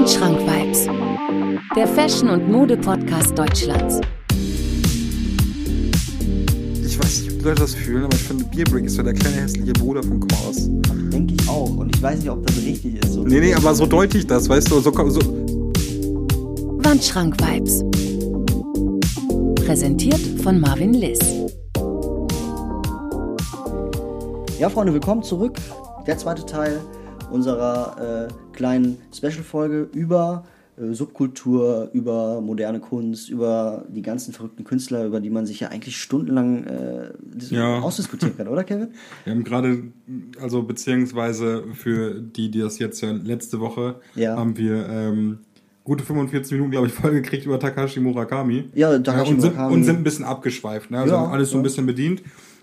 Wandschrank-Vibes, der Fashion- und Mode-Podcast Deutschlands. Ich weiß nicht, ob die Leute das fühlen, aber ich finde, Beerbrick ist so der kleine hässliche Bruder von Kors. Denke ich auch. Und ich weiß nicht, ob das richtig ist. So Nee, aber so deutlich das, weißt du, so. Wandschrank-Vibes. Präsentiert von Marvin Liss. Ja, Freunde, willkommen zurück. Der zweite Teil unserer kleinen Special-Folge über Subkultur, über moderne Kunst, über die ganzen verrückten Künstler, über die man sich ja eigentlich stundenlang ausdiskutieren kann, oder Kevin? Wir haben gerade, also beziehungsweise für die das jetzt ja letzte Woche, haben wir gute 45 Minuten, glaube ich, vollgekriegt über Takashi Murakami. Ja, Takashi Murakami. Und sind ein bisschen abgeschweift, ne? Also haben alles so ein bisschen bedient.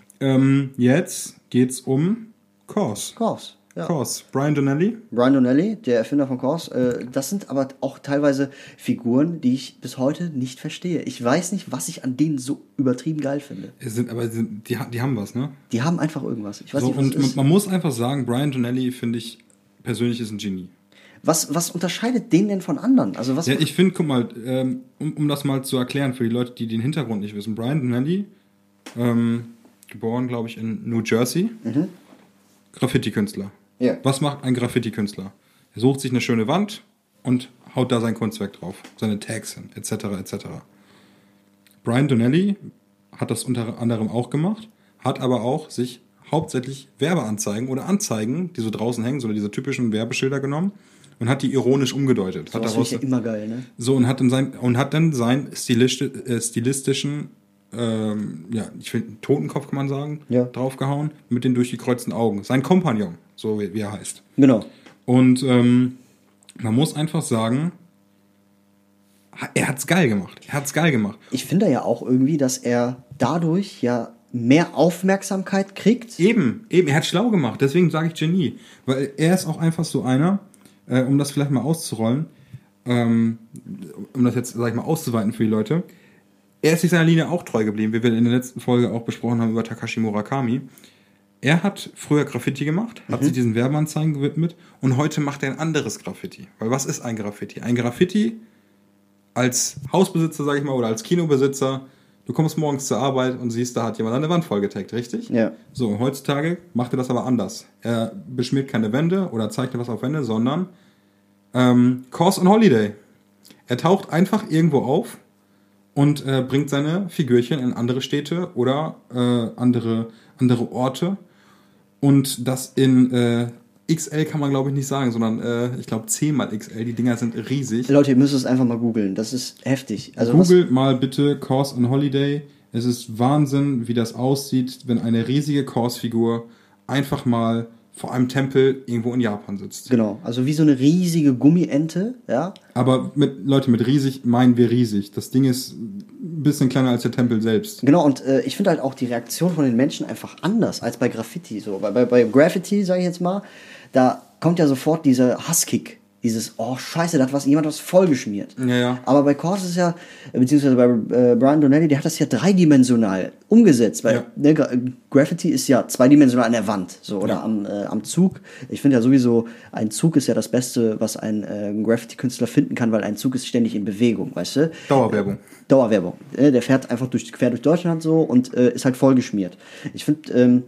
Jetzt geht's um Kors. Ja. Kors, Brian Donnelly, der Erfinder von Kors. Das sind aber auch teilweise Figuren, die ich bis heute nicht verstehe. Ich weiß nicht, was ich an denen so übertrieben geil finde. Die haben was, ne? Die haben einfach irgendwas. Ich weiß So, nicht, was und es ist. man muss einfach sagen, Brian Donnelly, finde ich, persönlich ist ein Genie. Was unterscheidet den denn von anderen? Also was? Ja, ich finde, guck mal, um das mal zu erklären für die Leute, die den Hintergrund nicht wissen. Brian Donnelly, geboren, glaube ich, in New Jersey, Graffiti-Künstler. Ja. Was macht ein Graffiti-Künstler? Er sucht sich eine schöne Wand und haut da sein Kunstwerk drauf, seine Tags hin, etc., etc. Brian Donnelly hat das unter anderem auch gemacht, hat aber auch sich hauptsächlich Werbeanzeigen oder Anzeigen, die so draußen hängen, so diese typischen Werbeschilder genommen und hat die ironisch umgedeutet. Das finde ich ja immer geil, ne? So, und hat dann seinen stilistischen, ich finde, Totenkopf kann man sagen, draufgehauen, mit den durchgekreuzten Augen. Sein Kompagnon, so wie er heißt. Genau. Und man muss einfach sagen, er hat's geil gemacht. Ich finde ja auch irgendwie, dass er dadurch ja mehr Aufmerksamkeit kriegt. Eben, er hat schlau gemacht, deswegen sage ich Genie. Weil er ist auch einfach so einer, um das vielleicht mal auszurollen, um das jetzt, sag ich mal, auszuweiten für die Leute. Er ist sich seiner Linie auch treu geblieben, wie wir in der letzten Folge auch besprochen haben über Takashi Murakami. Er hat früher Graffiti gemacht, hat sich diesen Werbeanzeigen gewidmet und heute macht er ein anderes Graffiti. Weil was ist ein Graffiti? Ein Graffiti als Hausbesitzer, sag ich mal, oder als Kinobesitzer, du kommst morgens zur Arbeit und siehst, da hat jemand eine Wand vollgetaggt, richtig? Ja. So, heutzutage macht er das aber anders. Er beschmiert keine Wände oder zeichnet was auf Wände, sondern Kors on Holiday. Er taucht einfach irgendwo auf und bringt seine Figürchen in andere Städte oder andere Orte. Und das in XL kann man, glaube ich, nicht sagen, sondern ich glaube 10 mal XL. Die Dinger sind riesig. Leute, ihr müsst es einfach mal googeln. Das ist heftig. Also Google mal bitte Kors on Holiday. Es ist Wahnsinn, wie das aussieht, wenn eine riesige Kors-Figur einfach mal vor einem Tempel irgendwo in Japan sitzt. Genau, also wie so eine riesige Gummiente, ja. Aber mit riesig meinen wir riesig. Das Ding ist ein bisschen kleiner als der Tempel selbst. Genau, und ich finde halt auch die Reaktion von den Menschen einfach anders als bei Graffiti. So. Bei Graffiti, sage ich jetzt mal, da kommt ja sofort dieser Hasskick. Dieses, oh scheiße, da hat jemand was vollgeschmiert. Ja. Aber bei Kors ist es ja, beziehungsweise bei Brian Donnelly, der hat das ja dreidimensional umgesetzt. Weil Graffiti ist ja zweidimensional an der Wand so, oder am Zug. Ich finde ja sowieso, ein Zug ist ja das Beste, was ein Graffiti-Künstler finden kann, weil ein Zug ist ständig in Bewegung, weißt du? Dauerwerbung. Der fährt einfach quer durch Deutschland so und ist halt vollgeschmiert. Ich finde,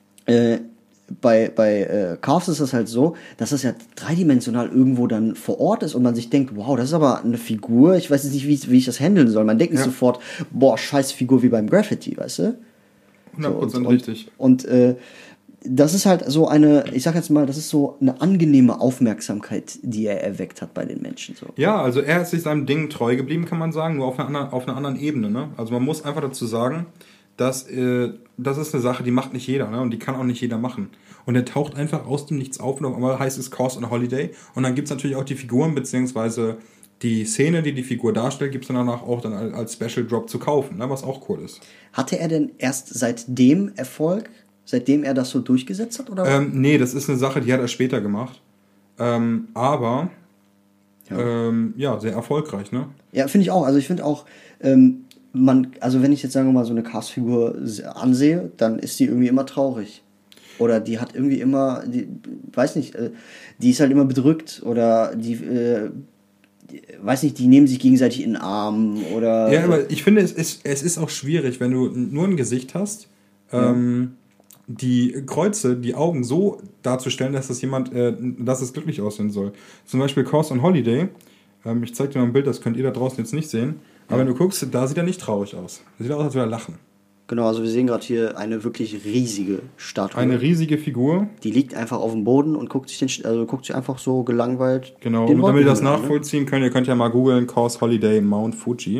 bei Kors ist das halt so, dass das ja dreidimensional irgendwo dann vor Ort ist und man sich denkt, wow, das ist aber eine Figur, ich weiß jetzt nicht, wie ich das handeln soll. Man denkt nicht sofort, boah, scheiß Figur wie beim Graffiti, weißt du? 100% so, richtig. Und das ist halt so ich sag jetzt mal, das ist so eine angenehme Aufmerksamkeit, die er erweckt hat bei den Menschen. So. Ja, also er ist sich seinem Ding treu geblieben, kann man sagen, nur auf einer anderen Ebene. Ne? Also man muss einfach dazu sagen, das ist eine Sache, die macht nicht jeder, ne? Und die kann auch nicht jeder machen. Und er taucht einfach aus dem Nichts auf und auf einmal heißt es Kors on Holiday. Und dann gibt es natürlich auch die Figuren, beziehungsweise die Szene, die Figur darstellt, gibt es dann danach auch dann als Special Drop zu kaufen, ne? Was auch cool ist. Hatte er denn erst seitdem Erfolg, seitdem er das so durchgesetzt hat? Oder? Nee, das ist eine Sache, die hat er später gemacht. Aber sehr erfolgreich, ne? Ja, finde ich auch. Also ich finde auch, also wenn ich jetzt sagen wir mal so eine Cast-Figur ansehe, dann ist die irgendwie immer traurig. Oder die hat irgendwie immer, weiß nicht, die ist halt immer bedrückt oder die weiß nicht, die nehmen sich gegenseitig in den Arm oder... Ja, aber ich finde, es ist auch schwierig, wenn du nur ein Gesicht hast, die Kreuze, die Augen so darzustellen, dass dass es glücklich aussehen soll. Zum Beispiel Cause on Holiday. Ich zeige dir mal ein Bild, das könnt ihr da draußen jetzt nicht sehen. Aber wenn du guckst, da sieht er nicht traurig aus. Er sieht aus, als würde er lachen. Genau, also wir sehen gerade hier eine wirklich riesige Statue. Eine riesige Figur. Die liegt einfach auf dem Boden und guckt sich einfach so gelangweilt. Genau, und damit ihr das nachvollziehen könnt, ihr könnt ja mal googeln, Cause Holiday Mount Fuji.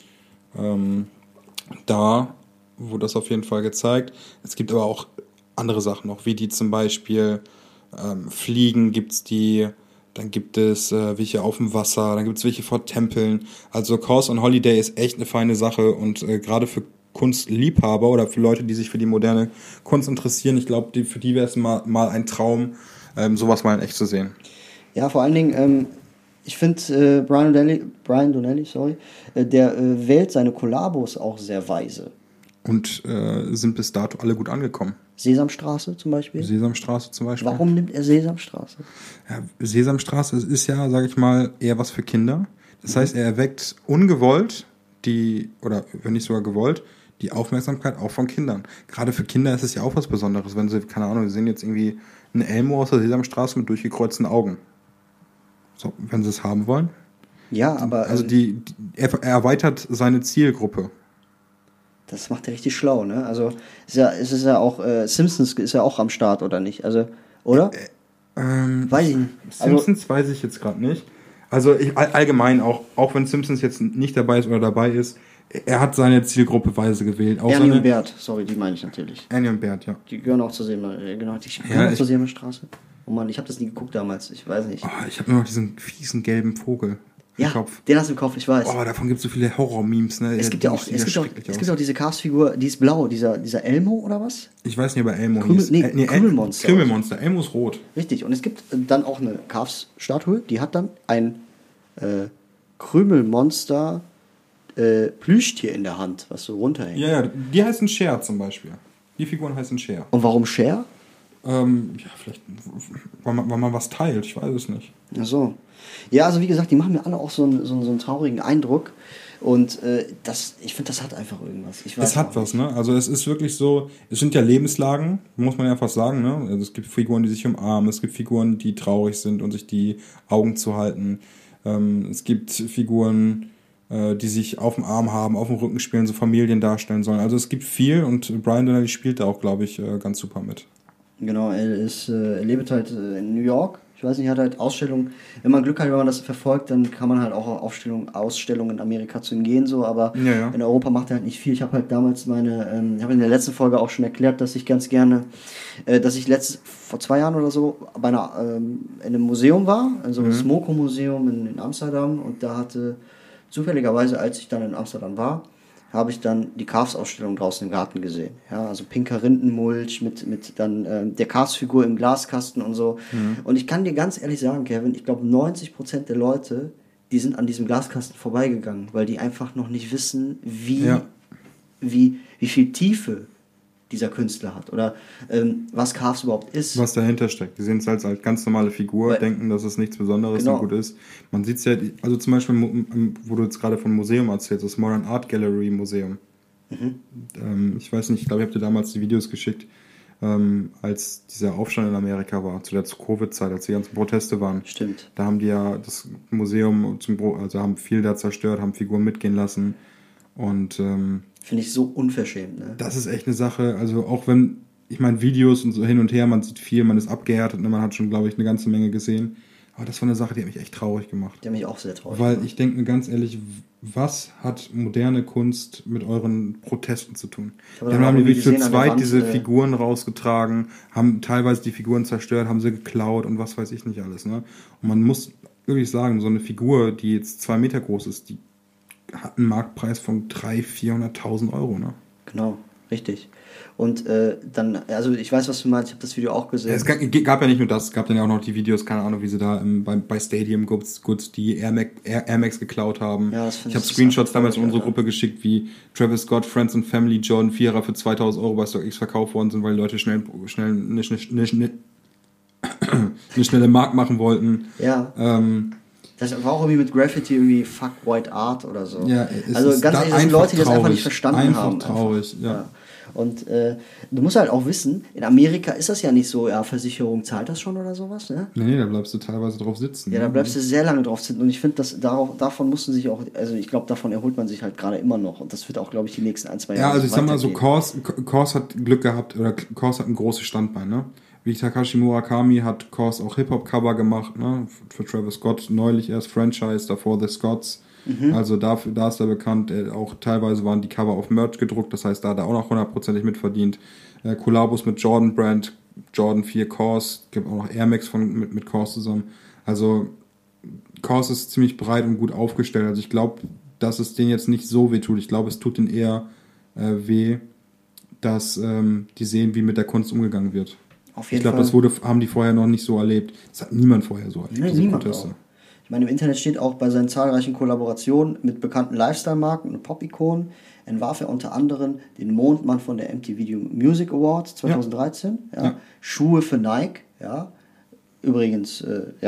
Da wurde das auf jeden Fall gezeigt. Es gibt aber auch andere Sachen noch, wie die zum Beispiel Fliegen gibt's die, dann gibt es welche auf dem Wasser, dann gibt es welche vor Tempeln. Also Cause on Holiday ist echt eine feine Sache und gerade für Kunstliebhaber oder für Leute, die sich für die moderne Kunst interessieren, ich glaube, für die wäre es mal ein Traum, sowas mal in echt zu sehen. Ja, vor allen Dingen, ich finde, Brian Donnelly, der wählt seine Kollabos auch sehr weise. Und sind bis dato alle gut angekommen. Sesamstraße zum Beispiel. Warum nimmt er Sesamstraße? Ja, Sesamstraße ist ja, sage ich mal, eher was für Kinder. Das heißt, er erweckt ungewollt oder wenn nicht sogar gewollt, die Aufmerksamkeit auch von Kindern. Gerade für Kinder ist es ja auch was Besonderes, wenn sie, keine Ahnung, sie sehen jetzt irgendwie einen Elmo aus der Sesamstraße mit durchgekreuzten Augen. So, wenn sie es haben wollen. Ja, aber... Also er erweitert seine Zielgruppe. Das macht er richtig schlau, ne? Also es ist ja auch, Simpsons ist ja auch am Start, oder nicht? Also, oder? Weiß ich nicht. Simpsons weiß ich jetzt gerade nicht. Also allgemein, auch wenn Simpsons jetzt nicht dabei ist oder dabei ist, er hat seine Zielgruppe weise gewählt. Auch Ernie und Bert, die meine ich natürlich. Ernie und Bert, ja. Die gehören auch zur Seemanstraße. Oh Mann, ich habe das nie geguckt damals, ich weiß nicht. Oh, ich habe nur noch diesen fiesen gelben Vogel im Kopf. Den hast du im Kopf, ich weiß. Oh, davon gibt es so viele Horror-Memes, ne? Es gibt auch diese Cast-Figur, die ist blau, dieser Elmo oder was? Ich weiß nicht, ob er Elmo hieß. Krümelmonster. Krümelmonster, Elmo ist rot. Richtig, und es gibt dann auch eine Cast-Statue, die hat dann ein Krümelmonster Plüschtier in der Hand, was so runterhängt. Ja, die heißen Cher zum Beispiel. Die Figuren heißen Cher. Und warum Cher? Ja, vielleicht, weil man was teilt, ich weiß es nicht. Ach so. Ja, also wie gesagt, die machen mir alle auch so einen traurigen Eindruck. Und ich finde, das hat einfach irgendwas. Es hat was, ne? Also es ist wirklich so, es sind ja Lebenslagen, muss man ja fast sagen, ne? Also es gibt Figuren, die sich umarmen, es gibt Figuren, die traurig sind und sich die Augen zu halten. Es gibt Figuren, die sich auf dem Arm haben, auf dem Rücken spielen, so Familien darstellen sollen. Also es gibt viel und Brian Donnelly spielt da auch, glaube ich, ganz super mit. Genau, er lebt halt in New York. Ich weiß nicht, er hat halt Ausstellungen. Wenn man Glück hat, wenn man das verfolgt, dann kann man halt auch auf Ausstellungen in Amerika zu ihm gehen, so, aber in Europa macht er halt nicht viel. Ich habe halt damals ich habe in der letzten Folge auch schon erklärt, dass ich ganz gerne, vor 2 Jahren oder so in einem Museum war, also das Smoko-Museum in Amsterdam, und da hatte zufälligerweise, als ich dann in Amsterdam war, habe ich dann die Cars-Ausstellung draußen im Garten gesehen. Ja, also pinker Rindenmulch mit dann der Cars-Figur im Glaskasten und so. Und ich kann dir ganz ehrlich sagen, Kevin, ich glaube 90% der Leute, die sind an diesem Glaskasten vorbeigegangen, weil die einfach noch nicht wissen, wie viel Tiefe dieser Künstler hat oder was Cars überhaupt ist. Was dahinter steckt. Die sehen es als ganz normale Figur, denken, dass es nichts Besonderes und gut ist. Man sieht es ja, also zum Beispiel, wo du jetzt gerade vom Museum erzählst, das Modern Art Gallery Museum. Ich weiß nicht, ich glaube, ich habe dir damals die Videos geschickt, als dieser Aufstand in Amerika war, zu der Covid-Zeit, als die ganzen Proteste waren. Stimmt. Da haben die ja das Museum, haben viel da zerstört, haben Figuren mitgehen lassen und finde ich so unverschämt, ne? Das ist echt eine Sache, also auch wenn, ich meine, Videos und so hin und her, man sieht viel, man ist abgehärtet, man hat schon, glaube ich, eine ganze Menge gesehen. Aber das war eine Sache, die hat mich echt traurig gemacht. Die hat mich auch sehr traurig gemacht. Weil gemacht. ich denke mir ganz ehrlich, was hat moderne Kunst mit euren Protesten zu tun? Dann haben die zu zweit diese Figuren rausgetragen, haben teilweise die Figuren zerstört, haben sie geklaut und was weiß ich nicht alles, ne? Und man muss wirklich sagen, so eine Figur, die jetzt 2 Meter groß ist, die hat einen Marktpreis von 300.000-400.000 Euro, ne? Genau, richtig. Und dann, also ich weiß, was du meinst, ich habe das Video auch gesehen. Es gab ja nicht nur das, es gab dann ja auch noch die Videos, keine Ahnung, wie sie da bei Stadium Goods die Air Max geklaut haben. Ja, ich habe Screenshots damals in unsere Gruppe geschickt, wie Travis Scott, Friends and Family, Jordan 4er für 2.000 Euro bei StockX verkauft worden sind, weil die Leute schnell eine schnelle Mark machen wollten. Ja. Das war auch irgendwie mit Graffiti irgendwie Fuck White Art oder so. Ja, also ganz ehrlich, das sind Leute, die das einfach nicht verstanden haben. Einfach traurig, ja. Und du musst halt auch wissen, in Amerika ist das ja nicht so, ja, Versicherung zahlt das schon oder sowas, ne? Nee, da bleibst du teilweise drauf sitzen. Ja, da bleibst du sehr lange drauf sitzen und ich finde, davon mussten sich auch, also ich glaube, davon erholt man sich halt gerade immer noch und das wird auch, glaube ich, die nächsten 1-2 Jahre. Ja, also ich sag mal so, weitergehen. Kors hat Glück gehabt, oder Kors hat ein großes Standbein, ne? Wie Takashi Murakami hat Kors auch Hip-Hop-Cover gemacht, ne? Für Travis Scott neulich erst Franchise, davor The Scotts. Also da ist er bekannt. Auch teilweise waren die Cover auf Merch gedruckt, das heißt, da hat er auch noch 100% mitverdient. Kollabos mit Jordan Brand, Jordan 4 Kors, gibt auch noch Air Max mit Kors zusammen. Also Kors ist ziemlich breit und gut aufgestellt. Also ich glaube, dass es denen jetzt nicht so weh tut. Ich glaube, es tut ihnen eher weh, dass die sehen, wie mit der Kunst umgegangen wird. Auf jeden Ich glaube, Fall. das haben die vorher noch nicht so erlebt. Das hat niemand vorher so erlebt. Nee, diese niemand Proteste. auch. Ich meine, im Internet steht auch bei seinen zahlreichen Kollaborationen mit bekannten Lifestyle-Marken und Pop-Ikonen entwarf er unter anderem den Mondmann von der MTV Video Music Awards 2013, ja. Schuhe für Nike, ja. Übrigens,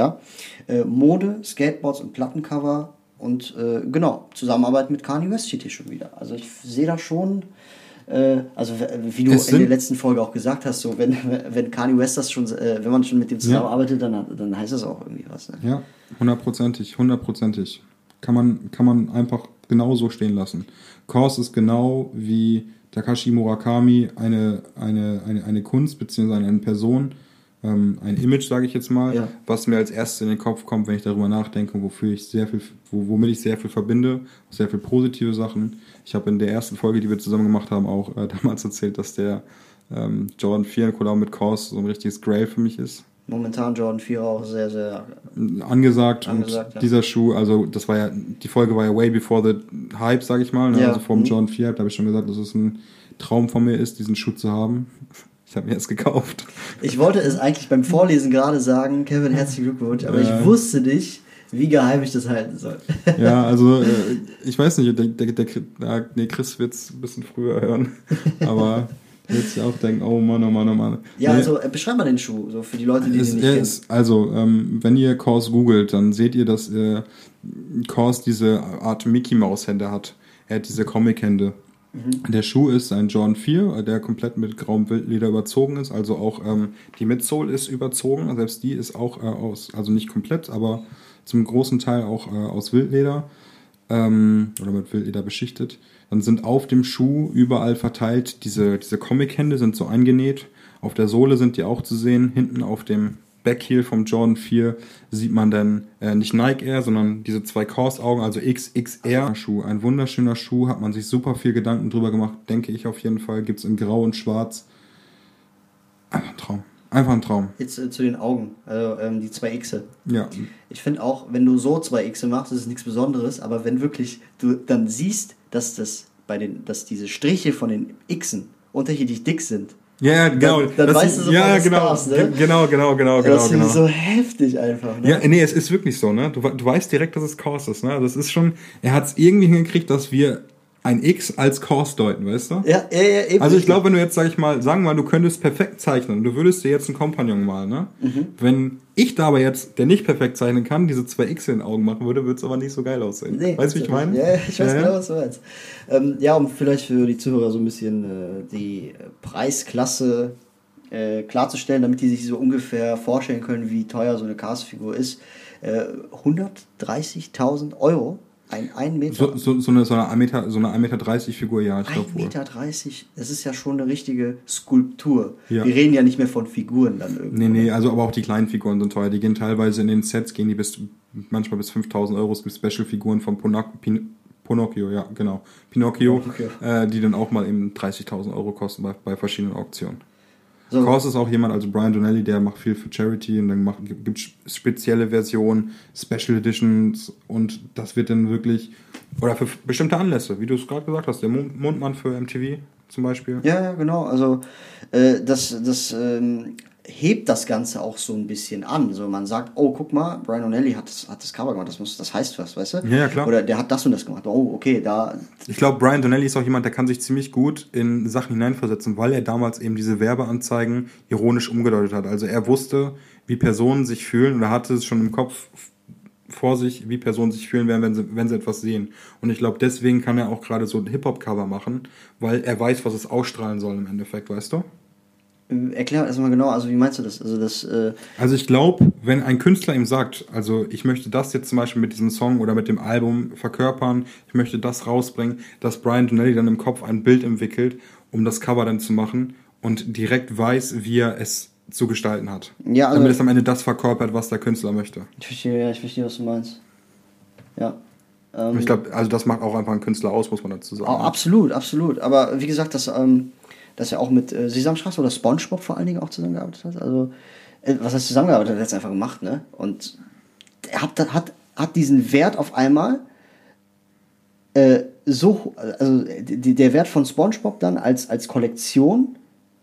Mode, Skateboards und Plattencover und genau, Zusammenarbeit mit Kanye West steht hier schon wieder. Also ich sehe da schon, also wie du in der letzten Folge auch gesagt hast, so wenn Kanye West das schon, wenn man schon mit dem zusammenarbeitet, dann heißt das auch irgendwie was. Ne? Ja, 100%. Kann man einfach genau so stehen lassen. Kors ist genau wie Takashi Murakami eine Kunst bzw. eine Person, ein Image, sage ich jetzt mal, was mir als erstes in den Kopf kommt, wenn ich darüber nachdenke, womit ich sehr viel verbinde, sehr viel positive Sachen. Ich habe in der ersten Folge, die wir zusammen gemacht haben, auch damals erzählt, dass der Jordan 4 in Kollabo mit Kors so ein richtiges Grail für mich ist. Momentan Jordan 4 auch sehr, sehr angesagt und dieser Schuh, also das war ja, die Folge war ja way before the hype, sag ich mal, ne? Also vor dem Jordan 4 Hype, da habe ich schon gesagt, dass es ein Traum von mir ist, diesen Schuh zu haben. Ich habe mir jetzt gekauft. Ich wollte es eigentlich beim Vorlesen gerade sagen, Kevin, herzlichen Glückwunsch, aber ich wusste nicht, wie geheim ich das halten soll. Ja, also ich weiß nicht, Chris wird es ein bisschen früher hören, aber jetzt auch denken, oh Mann. Ja, also beschreib mal den Schuh, so für die Leute, die den nicht kennen. Also, wenn ihr Kors googelt, dann seht ihr, dass Kors diese Art Mickey-Maus-Hände hat. Er hat diese Comic-Hände. Der Schuh ist ein Jordan 4, der komplett mit grauem Wildleder überzogen ist, also auch die Midsole ist überzogen, selbst die ist auch also nicht komplett, aber zum großen Teil auch aus Wildleder oder mit Wildleder beschichtet. Dann sind auf dem Schuh überall verteilt diese Comic-Hände, sind so eingenäht. Auf der Sohle sind die auch zu sehen. Hinten auf dem Backheel vom Jordan 4 sieht man dann nicht Nike Air, sondern diese 2 Kors-Augen, also XXR Schuh. Ein wunderschöner Schuh, hat man sich super viel Gedanken drüber gemacht, denke ich auf jeden Fall. Gibt's in Grau und Schwarz. Einfach ein Traum. Jetzt zu den Augen, also die 2 Xe. Ja. Ich finde auch, wenn du so 2 Xe machst, ist es nichts Besonderes, aber wenn wirklich du dann siehst, dass diese Striche von den Xen unterschiedlich dick sind, ja, genau. Dann weißt du sofort, was Stars, ne? Genau. Das finde ich so heftig einfach, ne? Ja, nee, es ist wirklich so, ne? Du weißt direkt, dass es Kors ist, ne? Das ist schon, er hat es irgendwie hingekriegt, dass wir ein X als Kors deuten, weißt du? Ja, eben. Also ich glaube, wenn du jetzt, sagen wir mal, du könntest perfekt zeichnen, du würdest dir jetzt einen Kompagnon malen, ne? Wenn ich da aber jetzt, der nicht perfekt zeichnen kann, diese 2 X in den Augen machen würde, würde es aber nicht so geil aussehen. Nee, weißt du, wie ich meine? Ja, ich weiß genau, was du meinst. Um vielleicht für die Zuhörer so ein bisschen die Preisklasse klarzustellen, damit die sich so ungefähr vorstellen können, wie teuer so eine Cars-Figur ist. 130.000 Euro. Ein Meter. So eine 1,30 Meter Figur, ja, ich glaube wohl. 1,30 Meter, das ist ja schon eine richtige Skulptur. Ja. Wir reden ja nicht mehr von Figuren dann irgendwie. Nee, also aber auch die kleinen Figuren sind teuer. Die gehen teilweise in den Sets, manchmal bis 5.000 Euro. Es gibt Special-Figuren von Pinocchio, ja, genau. Pinocchio, die dann auch mal eben 30.000 Euro kosten bei verschiedenen Auktionen. So. Kors ist auch jemand, also Brian Donnelly, der macht viel für Charity und dann gibt es spezielle Versionen, Special Editions und das wird dann wirklich, oder für bestimmte Anlässe, wie du es gerade gesagt hast, der Mondmann für MTV zum Beispiel. Ja, genau, also das hebt das Ganze auch so ein bisschen an. So, man sagt, oh, guck mal, Brian Donnelly hat das Cover gemacht, das heißt was, weißt du? Ja, klar. Oder der hat das und das gemacht. Oh, okay, da... Ich glaube, Brian Donnelly ist auch jemand, der kann sich ziemlich gut in Sachen hineinversetzen, weil er damals eben diese Werbeanzeigen ironisch umgedeutet hat. Also er wusste, wie Personen sich fühlen und er hatte es schon im Kopf, vor sich, wie Personen sich fühlen werden, wenn sie etwas sehen. Und ich glaube, deswegen kann er auch gerade so ein Hip-Hop-Cover machen, weil er weiß, was es ausstrahlen soll im Endeffekt, weißt du? Erklär erstmal genau, also wie meinst du das? Also ich glaube, wenn ein Künstler ihm sagt, also ich möchte das jetzt zum Beispiel mit diesem Song oder mit dem Album verkörpern, ich möchte das rausbringen, dass Brian Donnelly dann im Kopf ein Bild entwickelt, um das Cover dann zu machen und direkt weiß, wie er es zu gestalten hat. Ja, also damit es am Ende das verkörpert, was der Künstler möchte. Ich verstehe, was du meinst. Ja. Ich glaube, also das macht auch einfach einen Künstler aus, muss man dazu sagen. Absolut. Aber wie gesagt, dass er auch mit Sesamstraße oder SpongeBob vor allen Dingen auch zusammengearbeitet hat. Also, was heißt zusammengearbeitet? Er hat es einfach gemacht, ne? Und er hat diesen Wert auf einmal also der Wert von SpongeBob dann als Kollektion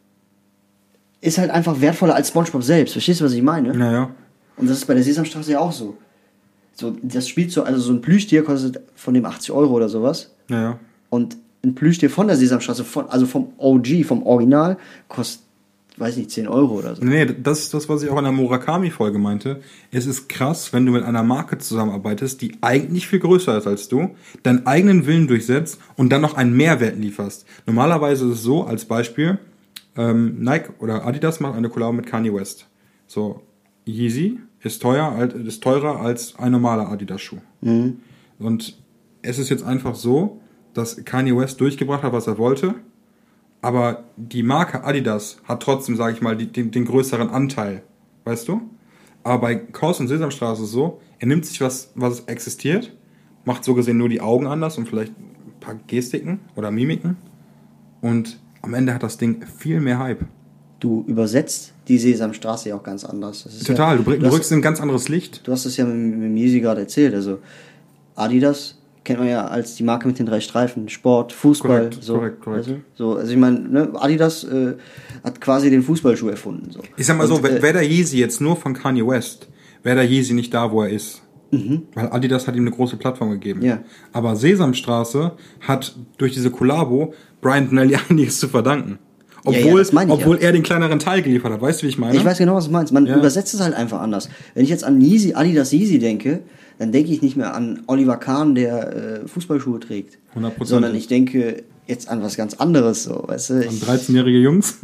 ist halt einfach wertvoller als SpongeBob selbst. Verstehst du, was ich meine? Naja. Und das ist bei der Sesamstraße ja auch so. Das Spielzeug, also so ein Plüschtier kostet von dem 80 Euro oder sowas. Naja. Und ein Plüschtier von der Sesamstraße, also vom OG, vom Original, kostet, weiß nicht, 10 Euro oder so. Nee, das ist das, was ich auch in der Murakami-Folge meinte. Es ist krass, wenn du mit einer Marke zusammenarbeitest, die eigentlich viel größer ist als du, deinen eigenen Willen durchsetzt und dann noch einen Mehrwert lieferst. Normalerweise ist es so, als Beispiel, Nike oder Adidas macht eine Kollabo mit Kanye West. So, Yeezy ist teurer als ein normaler Adidas-Schuh. Mhm. Und es ist jetzt einfach so, dass Kanye West durchgebracht hat, was er wollte, aber die Marke Adidas hat trotzdem, sage ich mal, den größeren Anteil, weißt du? Aber bei Kaus und Sesamstraße ist es so, er nimmt sich was existiert, macht so gesehen nur die Augen anders und vielleicht ein paar Gestiken oder Mimiken und am Ende hat das Ding viel mehr Hype. Du übersetzt die Sesamstraße ja auch ganz anders. Das ist total, du rückst in ein ganz anderes Licht. Du hast das ja mit Yeezy gerade erzählt. Also Adidas kennt man ja als die Marke mit den 3 Streifen. Sport, Fußball. Korrekt. Weißt du? So, also ich meine, ne, Adidas hat quasi den Fußballschuh erfunden. So. Ich sag mal so, wäre der Yeezy jetzt nur von Kanye West, wäre der Yeezy nicht da, wo er ist. Mhm. Weil Adidas hat ihm eine große Plattform gegeben. Ja. Aber Sesamstraße hat durch diese Kollabo Brian Donnelly einiges zu verdanken. Obwohl er den kleineren Teil geliefert hat. Weißt du, wie ich meine? Ich weiß genau, was du meinst. Man übersetzt es halt einfach anders. Wenn ich jetzt an Adidas Yeezy denke, dann denke ich nicht mehr an Oliver Kahn, der Fußballschuhe trägt. 100%. Sondern ich denke jetzt an was ganz anderes. So, weißt du? An 13-jährige Jungs?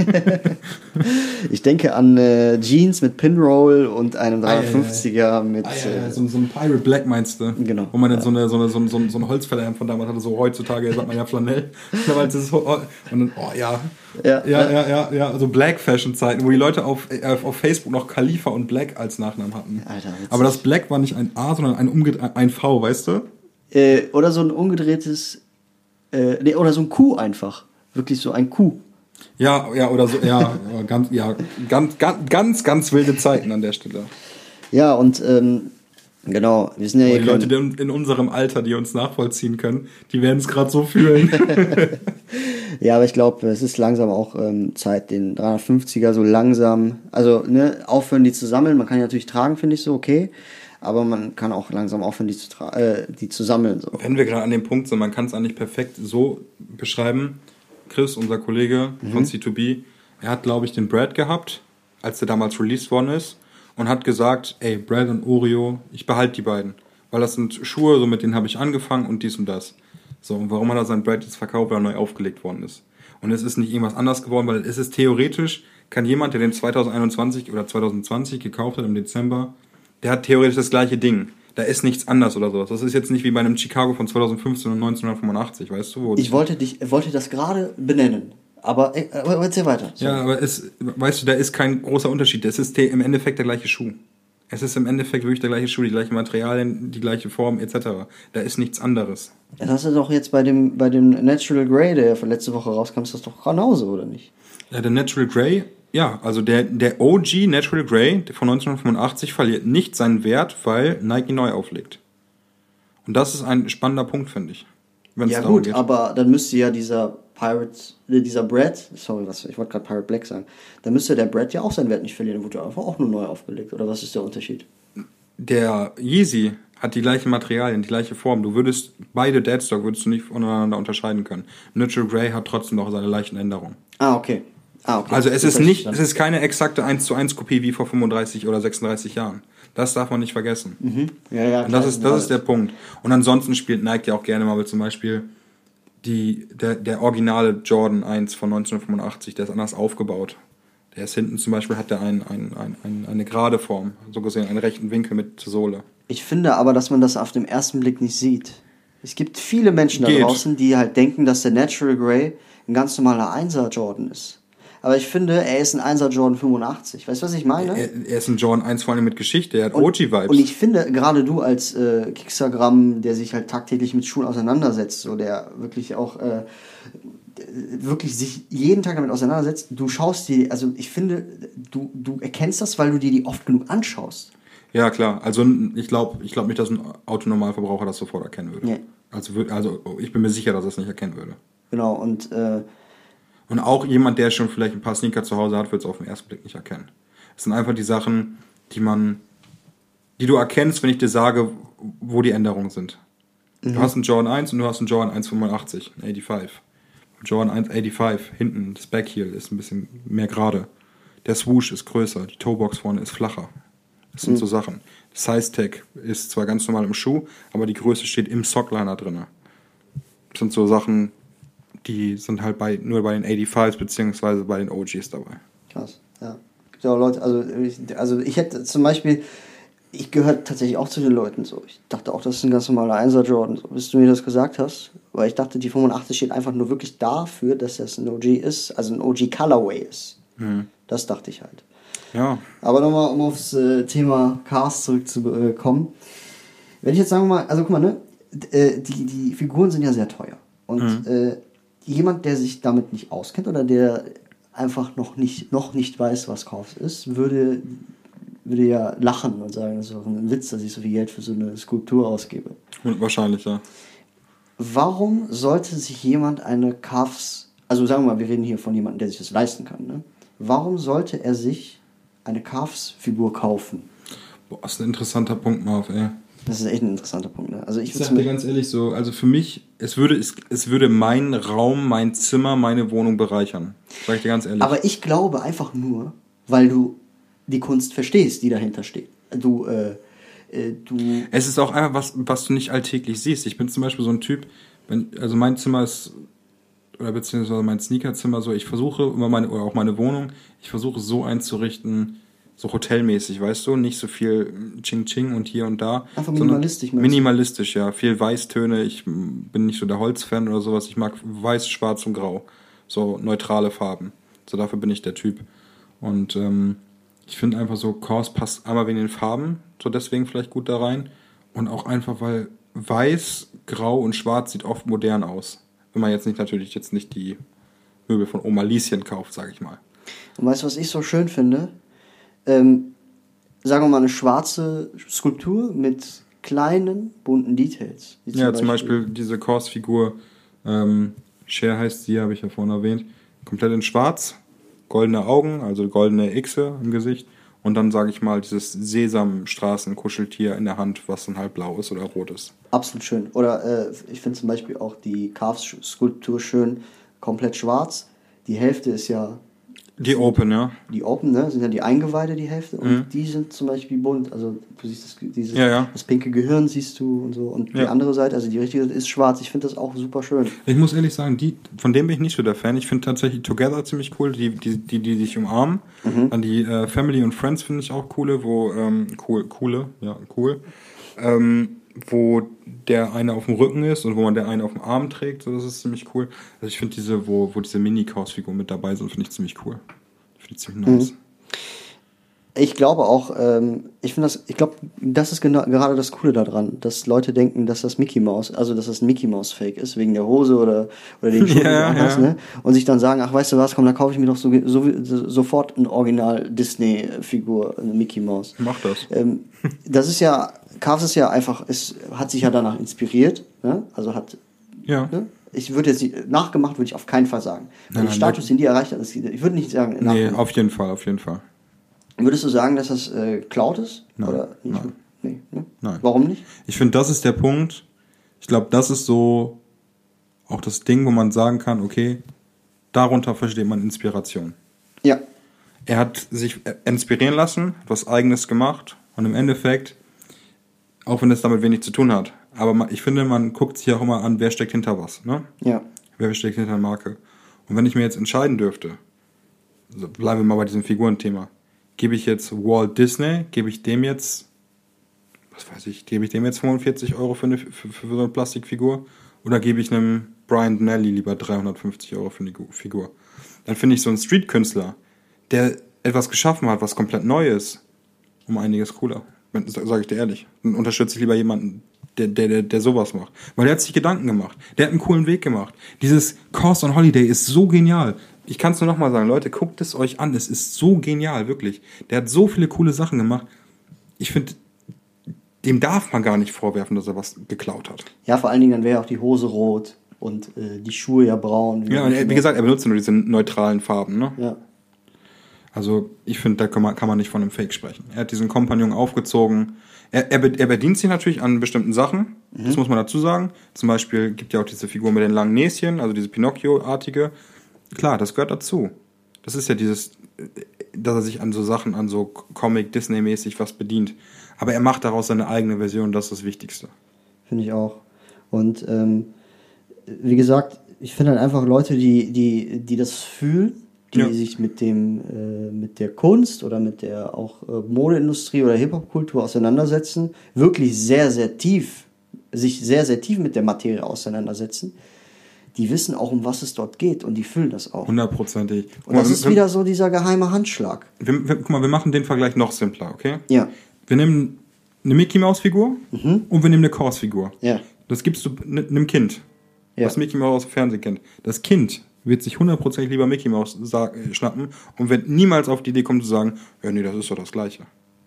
Ich denke an Jeans mit Pinroll und einem 350er mit... so ein Pirate Black meinst du? Genau. Wo man dann so ein Holzfällerhemd von damals hatte, so heutzutage sagt man ja Flanell. Damals ist es, und dann, also Black Fashion Zeiten, wo die Leute auf Facebook noch Khalifa und Black als Nachnamen hatten. Alter, witzig. Aber das Black war nicht ein A, sondern ein V, weißt du? Oder so ein umgedrehtes... oder so ein Q einfach. Wirklich so ein Q. Ja, oder so, ganz wilde Zeiten an der Stelle. Ja, und genau, wir sind ja hier. Die Leute in unserem Alter, die uns nachvollziehen können, die werden es gerade so fühlen. Ja, aber ich glaube, es ist langsam auch Zeit, den 350er so langsam, also aufhören, die zu sammeln. Man kann die natürlich tragen, finde ich so, okay. Aber man kann auch langsam aufhören, die zu sammeln. So. Wenn wir gerade an dem Punkt sind, man kann es eigentlich perfekt so beschreiben. Chris, unser Kollege von C2B, er hat, glaube ich, den Brad gehabt, als der damals released worden ist, und hat gesagt, ey, Brad und Oreo, ich behalte die beiden. Weil das sind Schuhe, so mit denen habe ich angefangen und dies und das. So, und warum hat er sein Brad jetzt verkauft, weil er neu aufgelegt worden ist? Und es ist nicht irgendwas anders geworden, weil es ist theoretisch, kann jemand, der den 2021 oder 2020 gekauft hat im Dezember, der hat theoretisch das gleiche Ding. Da ist nichts anders oder sowas. Das ist jetzt nicht wie bei einem Chicago von 2015 und 1985, weißt du? Ich wollte das gerade benennen, aber erzähl weiter. So. Ja, aber weißt du, da ist kein großer Unterschied. Es ist im Endeffekt der gleiche Schuh. Es ist im Endeffekt wirklich der gleiche Schuh, die gleichen Materialien, die gleiche Form etc. Da ist nichts anderes. Das hast du doch jetzt bei dem Natural Grey, der letzte Woche rauskam, ist das doch genauso, oder nicht? Ja, der Natural Grey, ja, also der OG Natural Grey von 1985 verliert nicht seinen Wert, weil Nike neu auflegt. Und das ist ein spannender Punkt, finde ich. Ja gut, aber dann müsste ja dieser Brad, sorry, ich wollte gerade Pirate Black sagen, dann müsste der Brad ja auch seinen Wert nicht verlieren, der wurde einfach auch nur neu aufgelegt, oder was ist der Unterschied? Der Yeezy hat die gleichen Materialien, die gleiche Form. Du würdest beide Deadstock nicht voneinander unterscheiden können. Natural Grey hat trotzdem noch seine leichten Änderungen. Ah, okay. Ah, okay. Also es Das ist heißt nicht, dann- es ist keine exakte 1:1 Kopie wie vor 35 oder 36 Jahren. Das darf man nicht vergessen. Ja, Und das ist der Punkt. Und ansonsten spielt Nike ja auch gerne mal, zum Beispiel der originale Jordan 1 von 1985, der ist anders aufgebaut. Der ist hinten zum Beispiel, hat der eine gerade Form, so gesehen einen rechten Winkel mit Sohle. Ich finde aber, dass man das auf den ersten Blick nicht sieht. Es gibt viele Menschen da Geht. draußen, die halt denken, dass der Natural Grey ein ganz normaler 1er Jordan ist. Aber ich finde, er ist ein 1er Jordan 85. Weißt du, was ich meine? Er ist ein Jordan 1 vor allem mit Geschichte, er hat OG-Vibes. Und ich finde, gerade du als Kickstagram, der sich halt tagtäglich mit Schuhen auseinandersetzt, so der wirklich auch wirklich sich jeden Tag damit auseinandersetzt, du schaust dir, also ich finde, du erkennst das, weil du dir die oft genug anschaust. Ja, klar. Also ich glaube nicht, dass ein Autonormalverbraucher das sofort erkennen würde. Nee. Also ich bin mir sicher, dass er es nicht erkennen würde. Genau, und auch jemand, der schon vielleicht ein paar Sneaker zu Hause hat, wird es auf den ersten Blick nicht erkennen. Es sind einfach die Sachen, die du erkennst, wenn ich dir sage, wo die Änderungen sind. Du hast einen Jordan 1 und du hast einen Jordan 1,85, ein 85. Jordan 1,85, hinten, das Backheel ist ein bisschen mehr gerade. Der Swoosh ist größer, die Toebox vorne ist flacher. Das sind so Sachen. Das Size-Tag ist zwar ganz normal im Schuh, aber die Größe steht im Sockliner drin. Das sind so Sachen, die sind halt nur bei den 85s beziehungsweise bei den OGs dabei. krass, ja. Gibt ja auch Leute, also ich hätte zum Beispiel, ich gehöre tatsächlich auch zu den Leuten so. Ich dachte auch, das ist ein ganz normaler 1er Jordan, so, bis du mir das gesagt hast. Weil ich dachte, die 85 steht einfach nur wirklich dafür, dass das ein OG ist, also ein OG Colorway ist. Das dachte ich halt. Ja. Aber nochmal, um aufs Thema Cars zurückzukommen. Wenn ich jetzt sagen wir mal, also guck mal, ne, die Figuren sind ja sehr teuer. Und jemand, der sich damit nicht auskennt oder der einfach noch nicht weiß, was Cars ist, würde ja lachen und sagen, das ist doch ein Witz, dass ich so viel Geld für so eine Skulptur ausgebe. Wahrscheinlich, ja. Warum sollte sich jemand eine Cars, also sagen wir mal, wir reden hier von jemandem, der sich das leisten kann, ne? Warum sollte er sich eine Cars-Figur kaufen? Boah, ist ein interessanter Punkt, Marv, ey. Das ist echt ein interessanter Punkt, ne? Also Ich sag dir ganz ehrlich so, also für mich, es würde meinen Raum, mein Zimmer, meine Wohnung bereichern. Sag ich dir ganz ehrlich. Aber ich glaube einfach nur, weil du die Kunst verstehst, die dahinter steht. Du Es ist auch einfach was du nicht alltäglich siehst. Ich bin zum Beispiel so ein Typ, also mein Zimmer ist, oder beziehungsweise mein Sneakerzimmer so, ich versuche immer oder auch meine Wohnung, ich versuche so einzurichten, so hotelmäßig, weißt du, nicht so viel Ching-Ching und hier und da. Einfach minimalistisch, meinst du? Minimalistisch, ja. Viel Weißtöne, ich bin nicht so der Holzfan oder sowas, ich mag Weiß, Schwarz und Grau. So neutrale Farben. So dafür bin ich der Typ. Und ich finde einfach so, Cars passt einmal wegen den Farben, so deswegen vielleicht gut da rein. Und auch einfach, weil Weiß, Grau und Schwarz sieht oft modern aus. Wenn man jetzt nicht die Möbel von Oma Lieschen kauft, sage ich mal. Und weißt du, was ich so schön finde? Sagen wir mal eine schwarze Skulptur mit kleinen, bunten Details. Wie Zum Beispiel diese Cars-Figur, Cher heißt sie, habe ich ja vorhin erwähnt, komplett in schwarz, goldene Augen, also goldene Xe im Gesicht und dann, sage ich mal, dieses Sesamstraßen-Kuscheltier in der Hand, was dann halt blau ist oder rot ist. Absolut schön. Oder ich finde zum Beispiel auch die Cars-Skulptur schön, komplett schwarz. Die Hälfte ist ja Die Open, ja. die Open, ne, sind ja die Eingeweide, die Hälfte. Und die sind zum Beispiel bunt. Also du siehst das pinke Gehirn siehst du und so. Und die andere Seite, also die richtige Seite ist schwarz. Ich finde das auch super schön. Ich muss ehrlich sagen, von dem bin ich nicht so der Fan. Ich finde tatsächlich Together ziemlich cool, die sich umarmen. Dann die Family und Friends finde ich auch coole, wo der eine auf dem Rücken ist und wo man der eine auf dem Arm trägt, so, das ist ziemlich cool. Also ich finde wo diese Mini-Chaos-Figuren mit dabei sind, finde ich ziemlich cool. Finde ich ziemlich nice. Ich glaube auch, das ist gerade das Coole daran, dass Leute denken, dass das Mickey Mouse, also dass das ein Mickey Mouse Fake ist, wegen der Hose oder den Schuhen, ne? Und sich dann sagen, ach, weißt du was, komm, da kaufe ich mir doch sofort eine Original Disney Figur, eine Mickey Mouse. Mach das. Das ist ja, Cars ist ja einfach, hat sich ja danach inspiriert, ne? Also hat, ne? Ich würde jetzt nachgemacht, würde ich auf keinen Fall sagen. Den Status, den die erreicht hat, ich würde nicht sagen, nee, auf jeden Fall. Würdest du sagen, dass das Cloud ist? Nein. Oder nicht? Nein. Nee, ne? Nein. Warum nicht? Ich finde, das ist der Punkt. Ich glaube, das ist so auch das Ding, wo man sagen kann, okay, darunter versteht man Inspiration. Er hat sich inspirieren lassen, was Eigenes gemacht und im Endeffekt, auch wenn es damit wenig zu tun hat, aber ich finde, man guckt sich auch immer an, wer steckt hinter was, ne? Ja. Wer steckt hinter einer Marke. Und wenn ich mir jetzt entscheiden dürfte, also bleiben wir mal bei diesem Figurenthema, gebe ich jetzt Walt Disney, gebe ich dem jetzt 45 Euro für so eine Plastikfigur oder gebe ich einem Brian Donnelly lieber 350 Euro für eine Figur? Dann finde ich so einen Street-Künstler, der etwas geschaffen hat, was komplett neu ist, um einiges cooler. Sage ich dir ehrlich. Dann unterstütze ich lieber jemanden, der sowas macht. Weil der hat sich Gedanken gemacht. Der hat einen coolen Weg gemacht. Dieses Course on Holiday ist so genial. Ich kann es nur nochmal sagen, Leute, guckt es euch an. Es ist so genial, wirklich. Der hat so viele coole Sachen gemacht. Ich finde, dem darf man gar nicht vorwerfen, dass er was geklaut hat. Ja, vor allen Dingen, dann wäre auch die Hose rot und die Schuhe ja braun. Ja, und wie gesagt, er benutzt nur diese neutralen Farben, ne? Ja. Also ich finde, da kann man nicht von einem Fake sprechen. Er hat diesen Kompagnon aufgezogen. Er bedient sich natürlich an bestimmten Sachen. Das muss man dazu sagen. Zum Beispiel gibt ja auch diese Figur mit den langen Näschen, also diese Pinocchio-artige. Klar, das gehört dazu. Das ist ja dieses, dass er sich an so Sachen, an so Comic-Disney-mäßig was bedient. Aber er macht daraus seine eigene Version, das ist das Wichtigste. Finde ich auch. Und wie gesagt, ich finde halt einfach Leute, die das fühlen, die sich mit der Kunst oder mit der auch Modeindustrie oder Hip-Hop-Kultur auseinandersetzen, wirklich sehr, sehr tief mit der Materie auseinandersetzen, die wissen auch, um was es dort geht und die fühlen das auch. 100%. Und das ist wieder so dieser geheime Handschlag. Guck mal, wir machen den Vergleich noch simpler, okay? Ja. Wir nehmen eine Mickey-Maus-Figur und wir nehmen eine Kors-Figur. Ja. Das gibst du einem Kind, was Mickey Maus aus dem Fernsehen kennt. Das Kind wird sich 100% lieber Mickey Maus schnappen und wird niemals auf die Idee kommen zu sagen, ja nee, das ist doch das Gleiche.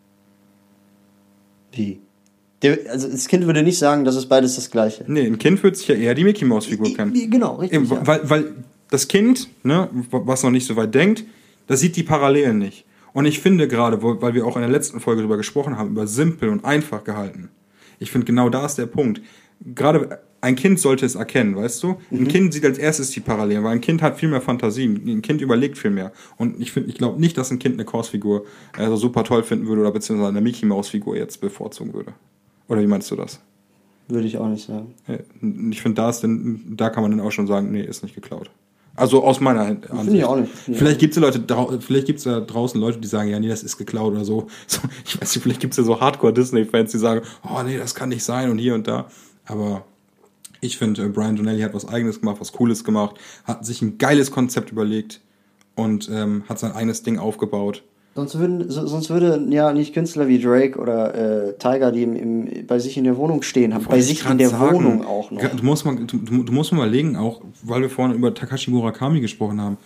Wie? Also das Kind würde nicht sagen, das ist beides das Gleiche. Nee, ein Kind wird sich ja eher die Mickey Maus-Figur kennen. Genau, richtig. Eben, weil das Kind, ne, was noch nicht so weit denkt, das sieht die Parallelen nicht. Und ich finde gerade, weil wir auch in der letzten Folge darüber gesprochen haben, über simpel und einfach gehalten. Ich finde, genau da ist der Punkt. Gerade ein Kind sollte es erkennen, weißt du? Ein Kind sieht als erstes die Parallelen, weil ein Kind hat viel mehr Fantasie. Ein Kind überlegt viel mehr. Und ich glaube nicht, dass ein Kind eine Kors-Figur super toll finden würde oder beziehungsweise eine Mickey-Maus-Figur jetzt bevorzugen würde. Oder wie meinst du das? Würde ich auch nicht sagen. Ich finde, da kann man dann auch schon sagen, nee, ist nicht geklaut. Also aus meiner Ansicht. Finde ich auch nicht. Vielleicht gibt es da draußen Leute, die sagen, ja, nee, das ist geklaut oder so. Ich weiß nicht, vielleicht gibt es ja so Hardcore-Disney-Fans, die sagen, oh nee, das kann nicht sein und hier und da. Aber ich finde, Brian Donnelly hat was Eigenes gemacht, was Cooles gemacht, hat sich ein geiles Konzept überlegt und hat sein eigenes Ding aufgebaut. Sonst würden ja nicht Künstler wie Drake oder Tiger, die bei sich in der Wohnung stehen haben, bei sich in der Wohnung auch noch. Du musst mal überlegen, auch weil wir vorhin über Takashi Murakami gesprochen haben,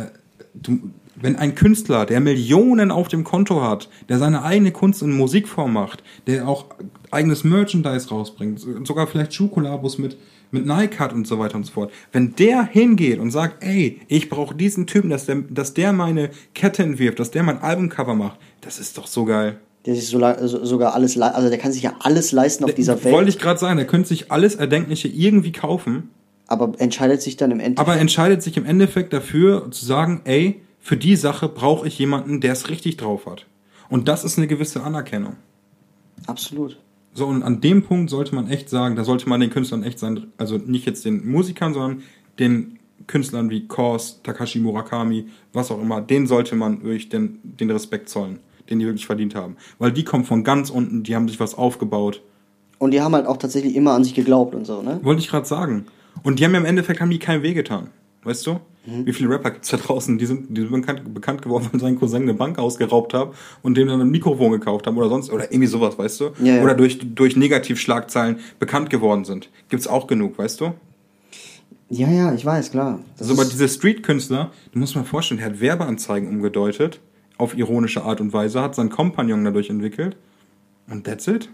wenn ein Künstler, der Millionen auf dem Konto hat, der seine eigene Kunst in Musikform macht, der auch eigenes Merchandise rausbringt, sogar vielleicht Schuhkollabos mit Nike hat und so weiter und so fort. Wenn der hingeht und sagt, ey, ich brauche diesen Typen, dass der meine Kette entwirft, dass der mein Albumcover macht, das ist doch so geil. Der sich sogar alles, also der kann sich ja alles leisten auf dieser Welt. Wollte ich gerade sagen, der könnte sich alles Erdenkliche irgendwie kaufen. Aber entscheidet sich im Endeffekt dafür zu sagen, ey, für die Sache brauche ich jemanden, der es richtig drauf hat. Und das ist eine gewisse Anerkennung. Absolut. So, und an dem Punkt sollte man echt sagen, da sollte man den Künstlern echt sein, also nicht jetzt den Musikern, sondern den Künstlern wie Kors, Takashi Murakami, was auch immer, denen sollte man wirklich den Respekt zollen, den die wirklich verdient haben. Weil die kommen von ganz unten, die haben sich was aufgebaut. Und die haben halt auch tatsächlich immer an sich geglaubt und so, ne? Wollte ich gerade sagen. Und die haben ja im Endeffekt keinem wehgetan, weißt du? Wie viele Rapper gibt's da draußen, die sind bekannt geworden, weil sein Cousin eine Bank ausgeraubt hat und dem dann ein Mikrofon gekauft haben oder sonst, oder irgendwie sowas, weißt du? Ja. Oder durch Negativschlagzeilen bekannt geworden sind. Gibt's auch genug, weißt du? Ja, ich weiß, klar. Aber diese Street-Künstler, du musst dir mal vorstellen, der hat Werbeanzeigen umgedeutet, auf ironische Art und Weise, hat seinen Kompagnon dadurch entwickelt und that's it.